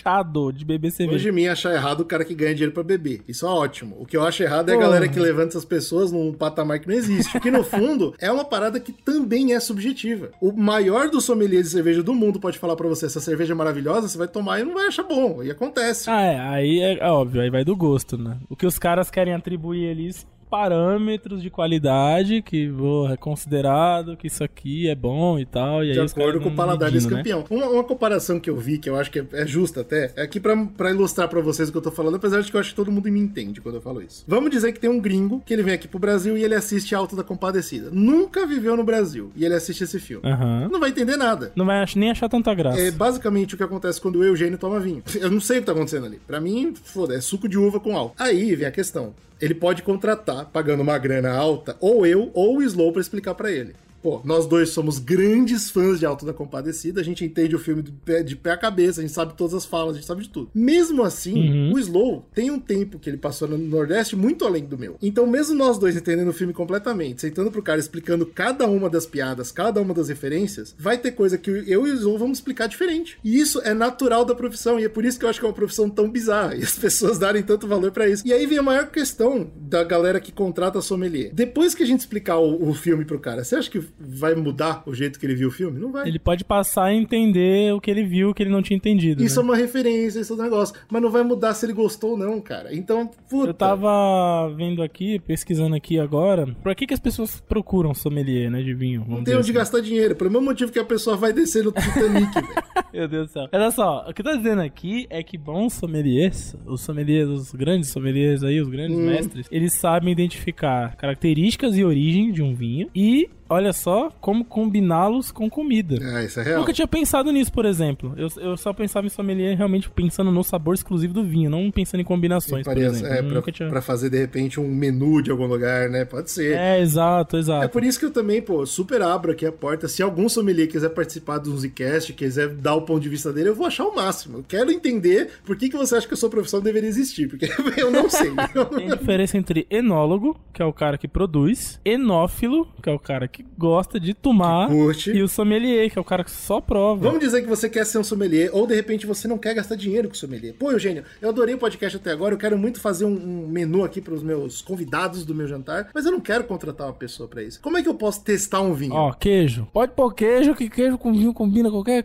Speaker 3: de beber cerveja.
Speaker 2: Hoje mim achar errado o cara que ganha dinheiro pra beber. Isso é ótimo. O que eu acho errado é a galera que levanta essas pessoas num patamar que não existe. Porque no fundo é uma parada que também é subjetiva. O maior dos sommeliers de cerveja do mundo pode falar pra você, essa cerveja é maravilhosa, você vai tomar e não vai achar bom. E acontece.
Speaker 3: Aí é óbvio, aí vai do gosto, né? O que os caras querem atribuir eles parâmetros de qualidade que é considerado que isso aqui é bom e tal. E aí
Speaker 2: de acordo com o paladar desse campeão. Né? Uma comparação que eu vi, que eu acho que é justa até, é aqui pra ilustrar pra vocês o que eu tô falando, apesar de que eu acho que todo mundo me entende quando eu falo isso. Vamos dizer que tem um gringo que ele vem aqui pro Brasil e ele assiste Alto da Compadecida. Nunca viveu no Brasil e ele assiste esse filme. Não vai entender nada.
Speaker 3: Não vai nem achar tanta graça.
Speaker 2: É basicamente o que acontece quando o Eugênio toma vinho. Eu não sei o que tá acontecendo ali. Pra mim, foda, é suco de uva com álcool. Aí vem a questão. Ele pode contratar, pagando uma grana alta, ou eu, ou o Slow pra explicar pra ele. Pô, nós dois somos grandes fãs de Alto da Compadecida, a gente entende o filme de pé a cabeça, a gente sabe todas as falas, a gente sabe de tudo. Mesmo assim, o Slow tem um tempo que ele passou no Nordeste muito além do meu. Então, mesmo nós dois entendendo o filme completamente, sentando pro cara explicando cada uma das piadas, cada uma das referências, vai ter coisa que eu e o Slow vamos explicar diferente. E isso é natural da profissão, e é por isso que eu acho que é uma profissão tão bizarra, e as pessoas darem tanto valor pra isso. E aí vem a maior questão da galera que contrata sommelier. Depois que a gente explicar o filme pro cara, você acha que vai mudar o jeito que ele viu o filme? Não vai.
Speaker 3: Ele pode passar a entender o que ele viu, que ele não tinha entendido.
Speaker 2: Isso, né? É uma referência, isso é um negócio. Mas não vai mudar se ele gostou ou não, cara. Então, puta.
Speaker 3: Eu tava vendo aqui, pesquisando aqui agora, por que as pessoas procuram sommelier, né, de vinho?
Speaker 2: Não tem onde gastar dinheiro, pelo mesmo motivo que a pessoa vai descer no Titanic, velho.
Speaker 3: Meu Deus do céu. Olha só, o que tá dizendo aqui é que bons sommeliers, os grandes sommeliers aí, os grandes mestres, eles sabem identificar características e origem de um vinho e olha só como combiná-los com comida.
Speaker 2: Isso é real.
Speaker 3: Nunca tinha pensado nisso, por exemplo. Eu só pensava em sommelier realmente pensando no sabor exclusivo do vinho, não pensando em combinações, por exemplo.
Speaker 2: Pra fazer, de repente, um menu de algum lugar, né? Pode ser.
Speaker 3: Exato.
Speaker 2: É por isso que eu também, super abro aqui a porta. Se algum sommelier quiser participar do Zcast, quiser dar o ponto de vista dele, eu vou achar o máximo. Eu quero entender por que você acha que a sua profissão deveria existir, porque eu não sei.
Speaker 3: Tem diferença entre enólogo, que é o cara que produz, enófilo, que é o cara que gosta de tomar, e o sommelier, que é o cara que só prova.
Speaker 2: Vamos dizer que você quer ser um sommelier, ou de repente você não quer gastar dinheiro com sommelier. Pô, Eugênio, eu adorei o podcast até agora, eu quero muito fazer um menu aqui pros meus convidados do meu jantar, mas eu não quero contratar uma pessoa pra isso. Como é que eu posso testar um vinho?
Speaker 3: Queijo. Pode pôr queijo, que queijo com vinho combina qualquer...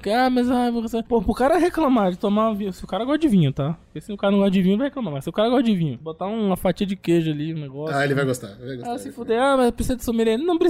Speaker 3: Pô, pro cara reclamar de tomar vinho, se o cara gosta de vinho, tá? Porque se o cara não gosta de vinho, vai reclamar. Mas se o cara gosta de vinho, botar uma fatia de queijo ali, um negócio...
Speaker 2: ele vai gostar.
Speaker 3: Se fuder, mas precisa de sommelier. Não precisa.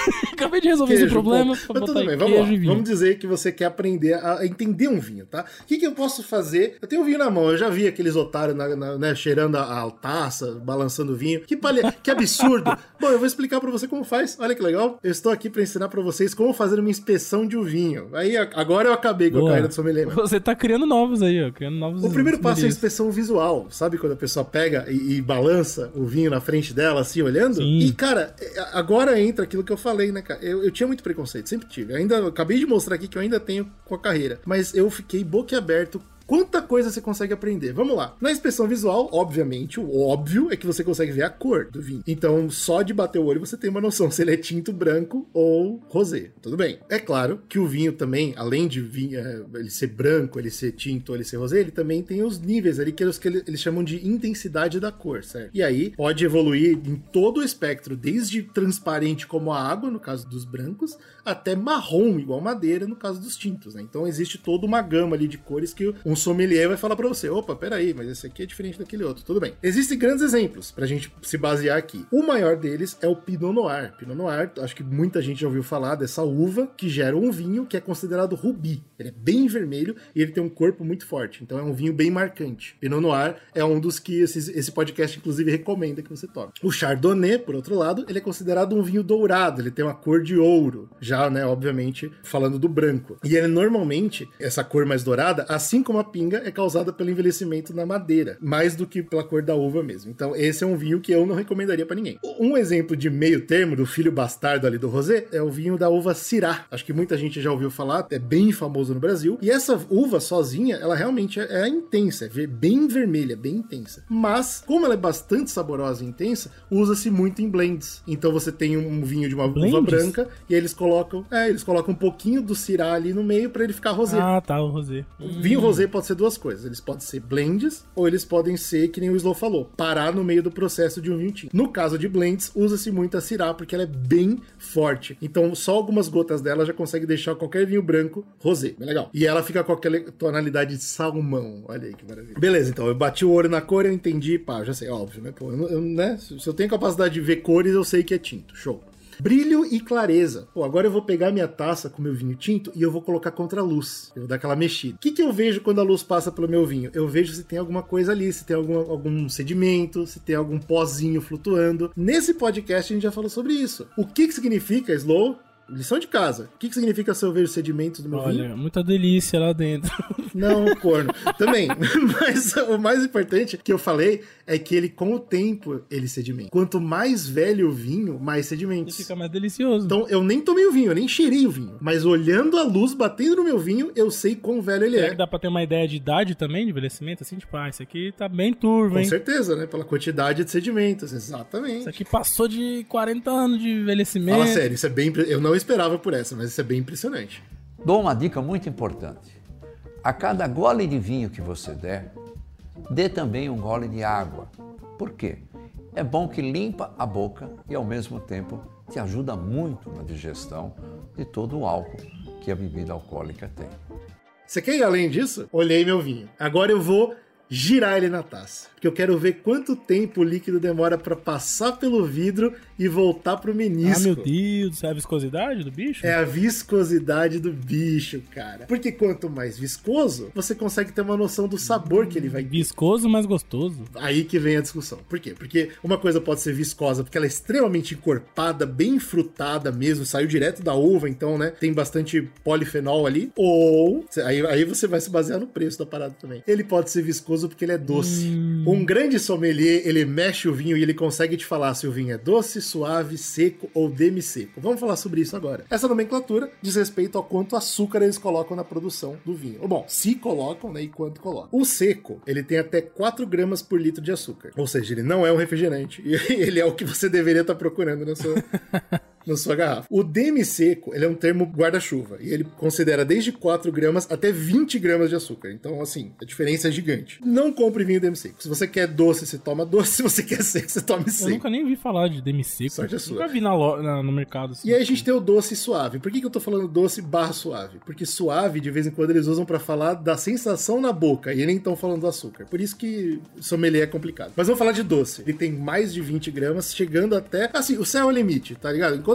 Speaker 3: Acabei de resolver esse problema.
Speaker 2: Mas tudo bem, vamos lá. Vamos dizer que você quer aprender a entender um vinho, tá? O que eu posso fazer? Eu tenho um vinho na mão, eu já vi aqueles otários né, cheirando a taça, balançando o vinho. Que absurdo! Bom, eu vou explicar pra você como faz. Olha que legal. Eu estou aqui pra ensinar pra vocês como fazer uma inspeção de um vinho. Aí, agora eu acabei com a carreira do sommelier.
Speaker 3: Você tá criando novos aí, ó. Criando novos.
Speaker 2: O primeiro passo é a inspeção visual. Sabe quando a pessoa pega e balança o vinho na frente dela, assim, olhando? Sim. E, cara, agora entra aquilo que eu falei, né, cara? Eu tinha muito preconceito, sempre tive. Eu acabei de mostrar aqui que eu ainda tenho com a carreira. Mas eu fiquei boquiaberto. Quanta coisa você consegue aprender? Vamos lá. Na inspeção visual, obviamente, o óbvio é que você consegue ver a cor do vinho. Então, só de bater o olho você tem uma noção se ele é tinto, branco ou rosé. Tudo bem. É claro que o vinho também, além de ele ser branco, ele ser tinto ou ele ser rosé, ele também tem os níveis ali que eles chamam de intensidade da cor, certo? E aí, pode evoluir em todo o espectro, desde transparente como a água, no caso dos brancos, até marrom, igual madeira, no caso dos tintos, né? Então, existe toda uma gama ali de cores que um sommelier vai falar pra você, opa, peraí, mas esse aqui é diferente daquele outro, tudo bem. Existem grandes exemplos pra gente se basear aqui. O maior deles é o Pinot Noir. Pinot Noir, acho que muita gente já ouviu falar dessa uva que gera um vinho que é considerado rubi. Ele é bem vermelho e ele tem um corpo muito forte, então é um vinho bem marcante. Pinot Noir é um dos que esse podcast, inclusive, recomenda que você tome. O Chardonnay, por outro lado, ele é considerado um vinho dourado, ele tem uma cor de ouro, já, né, obviamente, falando do branco. E ele, normalmente, essa cor mais dourada, assim como a pinga, é causada pelo envelhecimento na madeira, mais do que pela cor da uva mesmo. Então, esse é um vinho que eu não recomendaria pra ninguém. Um exemplo de meio termo, do filho bastardo ali do rosé, é o vinho da uva Syrah. Acho que muita gente já ouviu falar, é bem famoso no Brasil. E essa uva sozinha, ela realmente é intensa, é bem vermelha, bem intensa. Mas, como ela é bastante saborosa e intensa, usa-se muito em blends. Então, você tem um vinho de uma uva branca, e aí eles colocam um pouquinho do Syrah ali no meio pra ele ficar rosé.
Speaker 3: Ah, tá, o rosé.
Speaker 2: Vinho rosé pode ser duas coisas. Eles podem ser blends ou eles podem ser, que nem o Slow falou, parar no meio do processo de um vinho tinto. No caso de blends, usa-se muito a Syrah porque ela é bem forte. Então, só algumas gotas dela já consegue deixar qualquer vinho branco rosé. Bem legal. E ela fica com aquela tonalidade de salmão. Olha aí que maravilha. Beleza, então, eu bati o olho na cor, eu entendi, pá, já sei, óbvio, né? Pô, né? Se eu tenho capacidade de ver cores, eu sei que é tinto. Show. Brilho e clareza. Pô, agora eu vou pegar minha taça com meu vinho tinto e eu vou colocar contra a luz. Eu vou dar aquela mexida. O que eu vejo quando a luz passa pelo meu vinho? Eu vejo se tem alguma coisa ali, se tem algum sedimento, se tem algum pozinho flutuando. Nesse podcast a gente já falou sobre isso. O que significa, Slow? Lição de casa. O que significa se eu vejo sedimentos do meu vinho?
Speaker 3: Olha, muita delícia lá dentro.
Speaker 2: Não, corno. Também. Mas o mais importante que eu falei é que ele, com o tempo, ele sedimenta. Quanto mais velho o vinho, mais sedimentos.
Speaker 3: Ele fica mais delicioso.
Speaker 2: Então, eu nem tomei o vinho, eu nem cheirei o vinho. Mas olhando a luz batendo no meu vinho, eu sei quão velho ele é.
Speaker 3: Que dá pra ter uma ideia de idade também, de envelhecimento? Assim, tipo, esse aqui tá bem turvo, hein?
Speaker 2: Com certeza, né? Pela quantidade de sedimentos, exatamente.
Speaker 3: Isso aqui passou de 40 anos de envelhecimento.
Speaker 2: Fala sério, isso é bem... Eu não esperava por essa, mas isso é bem impressionante.
Speaker 7: Dou uma dica muito importante. A cada gole de vinho que você der, dê também um gole de água. Por quê? É bom que limpa a boca e, ao mesmo tempo, te ajuda muito na digestão de todo o álcool que a bebida alcoólica tem.
Speaker 2: Você quer ir além disso? Olhei meu vinho. Agora eu vou girar ele na taça, porque eu quero ver quanto tempo o líquido demora para passar pelo vidro e voltar pro menisco.
Speaker 3: Ah, meu Deus, é a viscosidade do bicho?
Speaker 2: É a viscosidade do bicho, cara. Porque quanto mais viscoso, você consegue ter uma noção do sabor que ele vai ter.
Speaker 3: Viscoso, mas gostoso.
Speaker 2: Aí que vem a discussão. Por quê? Porque uma coisa pode ser viscosa porque ela é extremamente encorpada, bem frutada mesmo, saiu direto da uva, então, né, tem bastante polifenol ali. Ou, aí você vai se basear no preço da parada também. Ele pode ser viscoso porque ele é doce. Um grande sommelier, ele mexe o vinho e ele consegue te falar se o vinho é doce, suave, seco ou demi-seco. Vamos falar sobre isso agora. Essa nomenclatura diz respeito ao quanto açúcar eles colocam na produção do vinho. Ou bom, se colocam, né, e quanto colocam. O seco, ele tem até 4 gramas por litro de açúcar. Ou seja, ele não é um refrigerante. Ele é o que você deveria estar procurando na sua garrafa. O demi-seco, ele é um termo guarda-chuva. E ele considera desde 4 gramas até 20 gramas de açúcar. Então, assim, a diferença é gigante. Não compre vinho demi-seco. Se você quer doce, você toma doce. Se você quer seco, você toma seco.
Speaker 3: Eu nunca nem vi falar de demi-seco.
Speaker 2: Sorte é sua.
Speaker 3: Nunca vi no mercado. Assim.
Speaker 2: E aí a gente tem o doce e suave. Por que eu tô falando doce / suave? Porque suave, de vez em quando, eles usam pra falar da sensação na boca. E nem estão falando do açúcar. Por isso que sommelier é complicado. Mas vamos falar de doce. Ele tem mais de 20 gramas, chegando até... Assim, o céu é o limite, tá ligado? Enquanto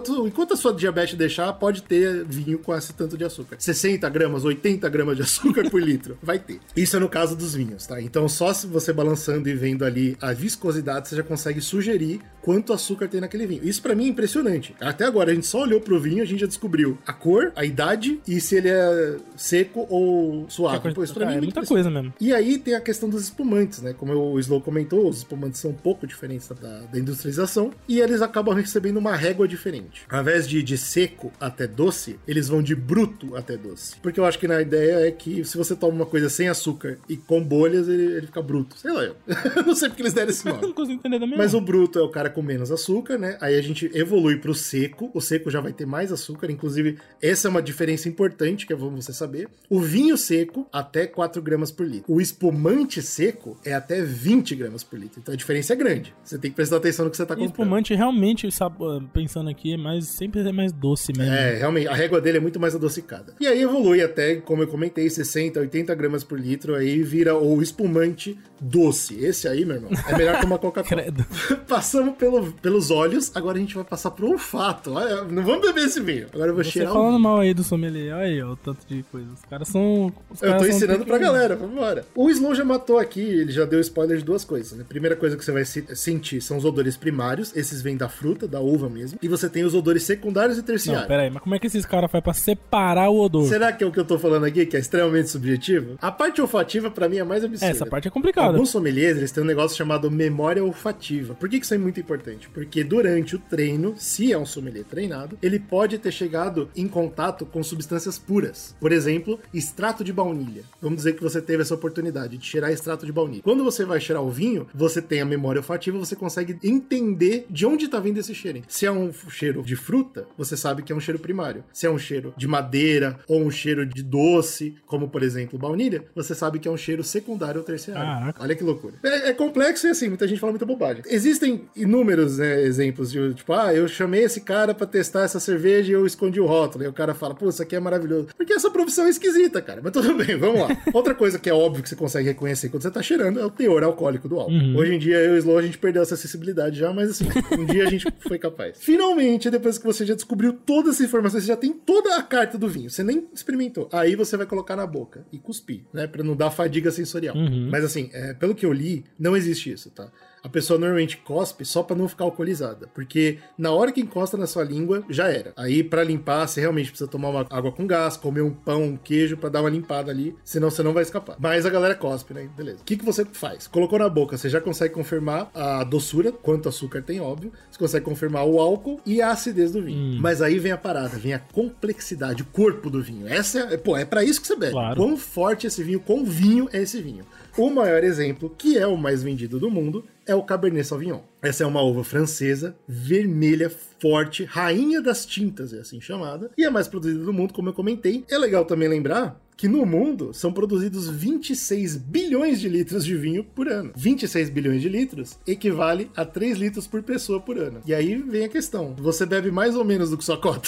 Speaker 2: enquanto a sua diabetes deixar, pode ter vinho com esse tanto de açúcar. 60 gramas, 80 gramas de açúcar por litro. Vai ter. Isso é no caso dos vinhos, tá? Então, só se você balançando e vendo ali a viscosidade, você já consegue sugerir quanto açúcar tem naquele vinho. Isso pra mim é impressionante. Até agora, a gente só olhou pro vinho, a gente já descobriu a cor, a idade e se ele é seco ou suave. Pô, isso pra mim é
Speaker 3: muita coisa mesmo.
Speaker 2: E aí tem a questão dos espumantes, né? Como o Slow comentou, os espumantes são um pouco diferentes da industrialização e eles acabam recebendo uma régua diferente. Ao invés de ir de seco até doce, eles vão de bruto até doce. Porque eu acho que na ideia é que se você toma uma coisa sem açúcar e com bolhas, ele fica bruto. Sei lá, eu não sei porque eles deram esse nome.
Speaker 3: Não consigo entender também.
Speaker 2: Mas o bruto é o cara com menos açúcar, né? Aí a gente evolui pro seco. O seco já vai ter mais açúcar. Inclusive, essa é uma diferença importante que é bom você saber. O vinho seco, até 4 gramas por litro. O espumante seco é até 20 gramas por litro. Então a diferença é grande. Você tem que prestar atenção no que você tá comprando.
Speaker 3: O espumante realmente, pensando aqui, sempre é mais doce mesmo.
Speaker 2: É, realmente. A régua dele é muito mais adocicada. E aí evolui até, como eu comentei, 60, 80 gramas por litro. Aí vira o espumante doce. Esse aí, meu irmão, é melhor tomar Coca-Cola. Passamos pelos olhos, agora a gente vai passar pro olfato. Olha, não vamos beber esse vinho. Agora eu vou cheirar.
Speaker 3: Você falando mal aí do sommelier, olha aí, ó, o tanto de coisa. Os caras são...
Speaker 2: Eu tô ensinando pra galera, vamos embora. O Slow já matou aqui, ele já deu spoiler de duas coisas, né? Primeira coisa que você vai sentir são os odores primários, esses vêm da fruta, da uva mesmo, e você tem os odores secundários e terciários.
Speaker 3: Não, pera aí, mas como é que esses caras fazem pra separar o odor?
Speaker 2: Será que é o que eu tô falando aqui, que é extremamente subjetivo? A parte olfativa, pra mim, é mais absurda.
Speaker 3: Essa parte é complicada.
Speaker 2: Alguns sommeliers, eles têm um negócio chamado memória olfativa. Por que isso é muito importante? Porque durante o treino, se é um sommelier treinado, ele pode ter chegado em contato com substâncias puras. Por exemplo, extrato de baunilha. Vamos dizer que você teve essa oportunidade de cheirar extrato de baunilha. Quando você vai cheirar o vinho, você tem a memória olfativa, você consegue entender de onde tá vindo esse cheiro. Se é um cheiro de fruta, você sabe que é um cheiro primário. Se é um cheiro de madeira ou um cheiro de doce, como por exemplo baunilha, você sabe que é um cheiro secundário ou terciário.
Speaker 3: Caraca.
Speaker 2: Olha que loucura. É complexo e assim, muita gente fala muita bobagem. Existem inúmeros, né, exemplos de tipo, eu chamei esse cara pra testar essa cerveja e eu escondi o rótulo. E o cara fala, pô, isso aqui é maravilhoso. Porque essa profissão é esquisita, cara. Mas tudo bem, vamos lá. Outra coisa que é óbvio que você consegue reconhecer quando você tá cheirando é o teor alcoólico do álcool. Hoje em dia, eu e o Slow, a gente perdeu essa acessibilidade já, mas assim, um dia a gente foi capaz. Finalmente, depois que você já descobriu toda essa informação, você já tem toda a carta do vinho, você nem experimentou. Aí você vai colocar na boca e cuspir, né? Pra não dar fadiga sensorial. Mas assim, pelo que eu li, não existe isso, tá? A pessoa normalmente cospe só pra não ficar alcoolizada, porque na hora que encosta na sua língua, já era. Aí pra limpar, você realmente precisa tomar uma água com gás, comer um pão, um queijo pra dar uma limpada ali, senão você não vai escapar. Mas a galera cospe, né? Beleza. O que você faz? Colocou na boca, você já consegue confirmar a doçura, quanto açúcar tem, óbvio. Você consegue confirmar o álcool e a acidez do vinho. Mas aí vem a parada, vem a complexidade, o corpo do vinho. Essa é pra isso que você bebe.
Speaker 3: Claro.
Speaker 2: Quão forte esse vinho, quão vinho é esse vinho. O maior exemplo, que é o mais vendido do mundo, é o Cabernet Sauvignon. Essa é uma uva francesa, vermelha, forte, rainha das tintas, é assim chamada, e é a mais produzida do mundo, como eu comentei. É legal também lembrar que no mundo são produzidos 26 bilhões de litros de vinho por ano. 26 bilhões de litros equivale a 3 litros por pessoa por ano. E aí vem a questão, você bebe mais ou menos do que sua cota?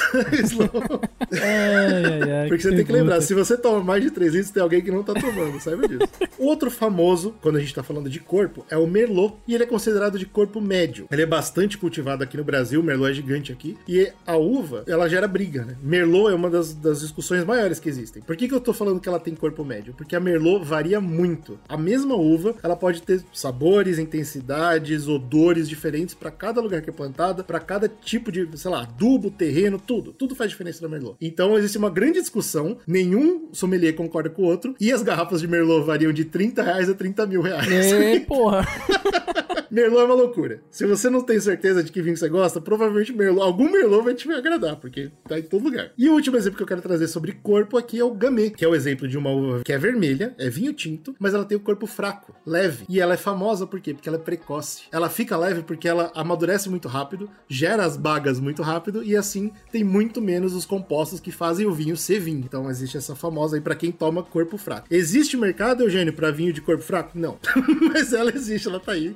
Speaker 2: Porque você tem que lembrar, se você toma mais de 3 litros, tem alguém que não tá tomando, saiba disso. Outro famoso, quando a gente tá falando de corpo, é o Merlot, e ele é considerado de corpo médio. Ele é bastante cultivado aqui no Brasil, o Merlot é gigante aqui, e a uva, ela gera briga, né? Merlot é uma das discussões maiores que existem. Por que eu tô falando que ela tem corpo médio? Porque a Merlot varia muito. A mesma uva, ela pode ter sabores, intensidades, odores diferentes para cada lugar que é plantada, para cada tipo de, sei lá, adubo, terreno, tudo faz diferença na Merlot. Então existe uma grande discussão, nenhum sommelier concorda com o outro, e as garrafas de Merlot variam de R$30 a R$30 mil.
Speaker 3: Porra!
Speaker 2: Merlot é uma loucura. Se você não tem certeza de que vinho você gosta, provavelmente algum Merlot vai te agradar, porque tá em todo lugar. E o último exemplo que eu quero trazer sobre corpo aqui é o Gamay, que é o exemplo de uma uva que é vermelha, é vinho tinto, mas ela tem o corpo fraco, leve. E ela é famosa por quê? Porque ela é precoce. Ela fica leve porque ela amadurece muito rápido, gera as bagas muito rápido e assim tem muito menos os compostos que fazem o vinho ser vinho. Então existe essa famosa aí pra quem toma corpo fraco. Existe mercado, Eugênio, pra vinho de corpo fraco? Não. Mas ela existe, ela tá aí, uva Gamay.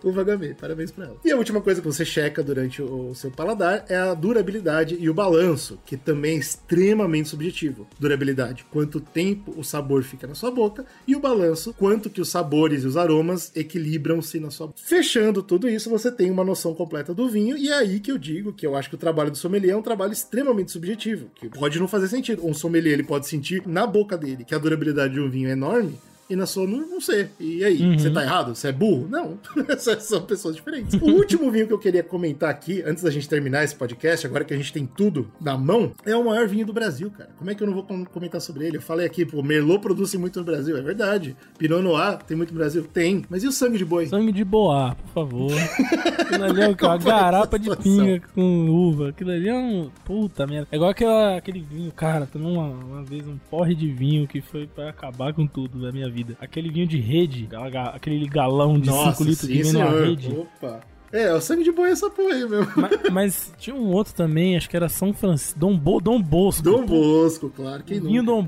Speaker 2: saber. Parabéns pra ela. E a última coisa que você checa durante o seu paladar é a durabilidade e o balanço, que também é extremamente subjetivo. Durabilidade, quanto tempo o sabor fica na sua boca, e o balanço, quanto que os sabores e os aromas equilibram-se na sua boca. Fechando tudo isso, você tem uma noção completa do vinho, e é aí que eu digo que eu acho que o trabalho do sommelier é um trabalho extremamente subjetivo, que pode não fazer sentido. Um sommelier, ele pode sentir na boca dele que a durabilidade de um vinho é enorme, e na sua não sei. E aí, você tá errado? Você é burro? Não. São pessoas diferentes. O último vinho que eu queria comentar aqui, antes da gente terminar esse podcast, agora que a gente tem tudo na mão, é o maior vinho do Brasil, cara. Como é que eu não vou comentar sobre ele? Eu falei aqui, pô, Merlot produz muito no Brasil. É verdade. Pinot Noir tem muito no Brasil? Tem. Mas e o sangue de boi?
Speaker 3: Sangue de boa, por favor. Aquilo ali é uma garapa de pinga com uva. Aquilo ali é um... Puta merda. É igual aquele vinho, cara. Tomei uma vez um porre de vinho que foi pra acabar com tudo da minha vida. Aquele vinho de rede, aquele galão de 5 litros que vem numa rede.
Speaker 2: Opa! É o sangue de boi essa porra aí mesmo.
Speaker 3: Mas tinha um outro também, acho que era São Francisco, Dom Bosco.
Speaker 2: Dom Bosco, claro, quem
Speaker 3: nunca. Vinho Dom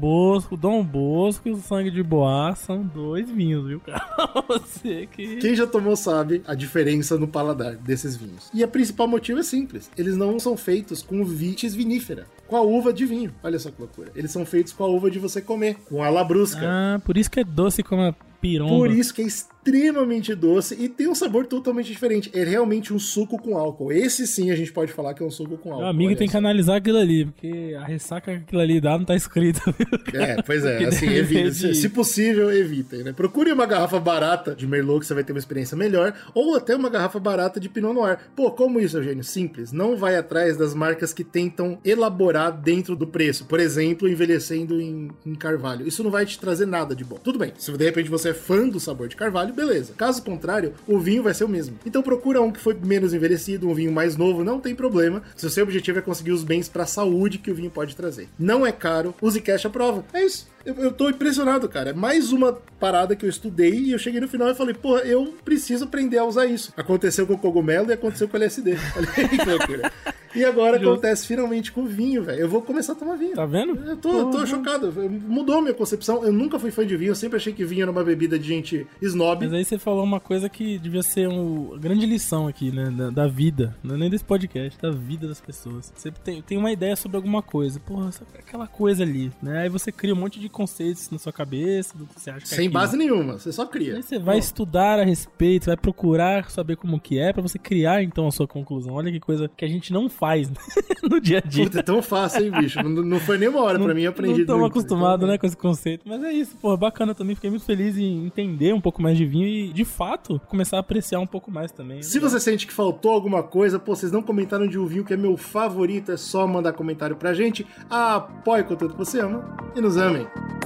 Speaker 3: Bosco e o sangue de boa são 2 vinhos, viu, cara? Você que...
Speaker 2: Quem já tomou sabe a diferença no paladar desses vinhos. E o principal motivo é simples, eles não são feitos com vitis vinífera, com a uva de vinho. Olha só que loucura. Eles são feitos com a uva de você comer, com a labrusca.
Speaker 3: Ah, por isso que é doce como a piromba.
Speaker 2: Por isso que é extremamente doce e tem um sabor totalmente diferente. É realmente um suco com álcool. Esse sim a gente pode falar que é um suco com álcool.
Speaker 3: Meu amigo tem que analisar aquilo ali, porque a ressaca que aquilo ali dá não tá escrito.
Speaker 2: Pois é, assim, evita. Se possível, evitem, né? Procure uma garrafa barata de Merlot que você vai ter uma experiência melhor, ou até uma garrafa barata de Pinot Noir. Pô, como isso, Eugênio? Simples. Não vai atrás das marcas que tentam elaborar dentro do preço. Por exemplo, envelhecendo em carvalho. Isso não vai te trazer nada de bom. Tudo bem, se de repente você é fã do sabor de carvalho, beleza. Caso contrário, o vinho vai ser o mesmo. Então procura um que foi menos envelhecido, um vinho mais novo, não tem problema. Se o seu objetivo é conseguir os bens para a saúde que o vinho pode trazer. Não é caro, use cash à prova. É isso. Eu tô impressionado, cara. É mais uma parada que eu estudei e eu cheguei no final e falei, porra, eu preciso aprender a usar isso. Aconteceu com o cogumelo e aconteceu com o LSD. Olha aí que loucura. E agora acontece finalmente com o vinho, velho. Eu vou começar a tomar vinho.
Speaker 3: Tá vendo?
Speaker 2: Eu tô chocado. Mudou a minha concepção. Eu nunca fui fã de vinho. Eu sempre achei que vinho era uma bebida de gente snob.
Speaker 3: Mas aí você falou uma coisa que devia ser uma grande lição aqui, né? Da vida. Não é nem desse podcast, da vida das pessoas. Você tem uma ideia sobre alguma coisa. Porra, aquela coisa ali, né? Aí você cria um monte de conceitos na sua cabeça, do que você acha que
Speaker 2: sem base nenhuma, você só cria.
Speaker 3: Aí você vai estudar a respeito, vai procurar saber como que é, pra você criar então a sua conclusão. Olha que coisa que a gente não faz, né? No dia a dia.
Speaker 2: Puta, é tão fácil, hein, bicho? Não foi nem uma hora pra mim, eu aprendi.
Speaker 3: Não estamos acostumados, né, com esse conceito. Mas é isso, pô, bacana também. Fiquei muito feliz em entender um pouco mais de vinho e, de fato, começar a apreciar um pouco mais também.
Speaker 2: Se você sente que faltou alguma coisa, pô, vocês não comentaram de um vinho que é meu favorito, é só mandar comentário pra gente. Apoie o conteúdo que você ama e nos amem.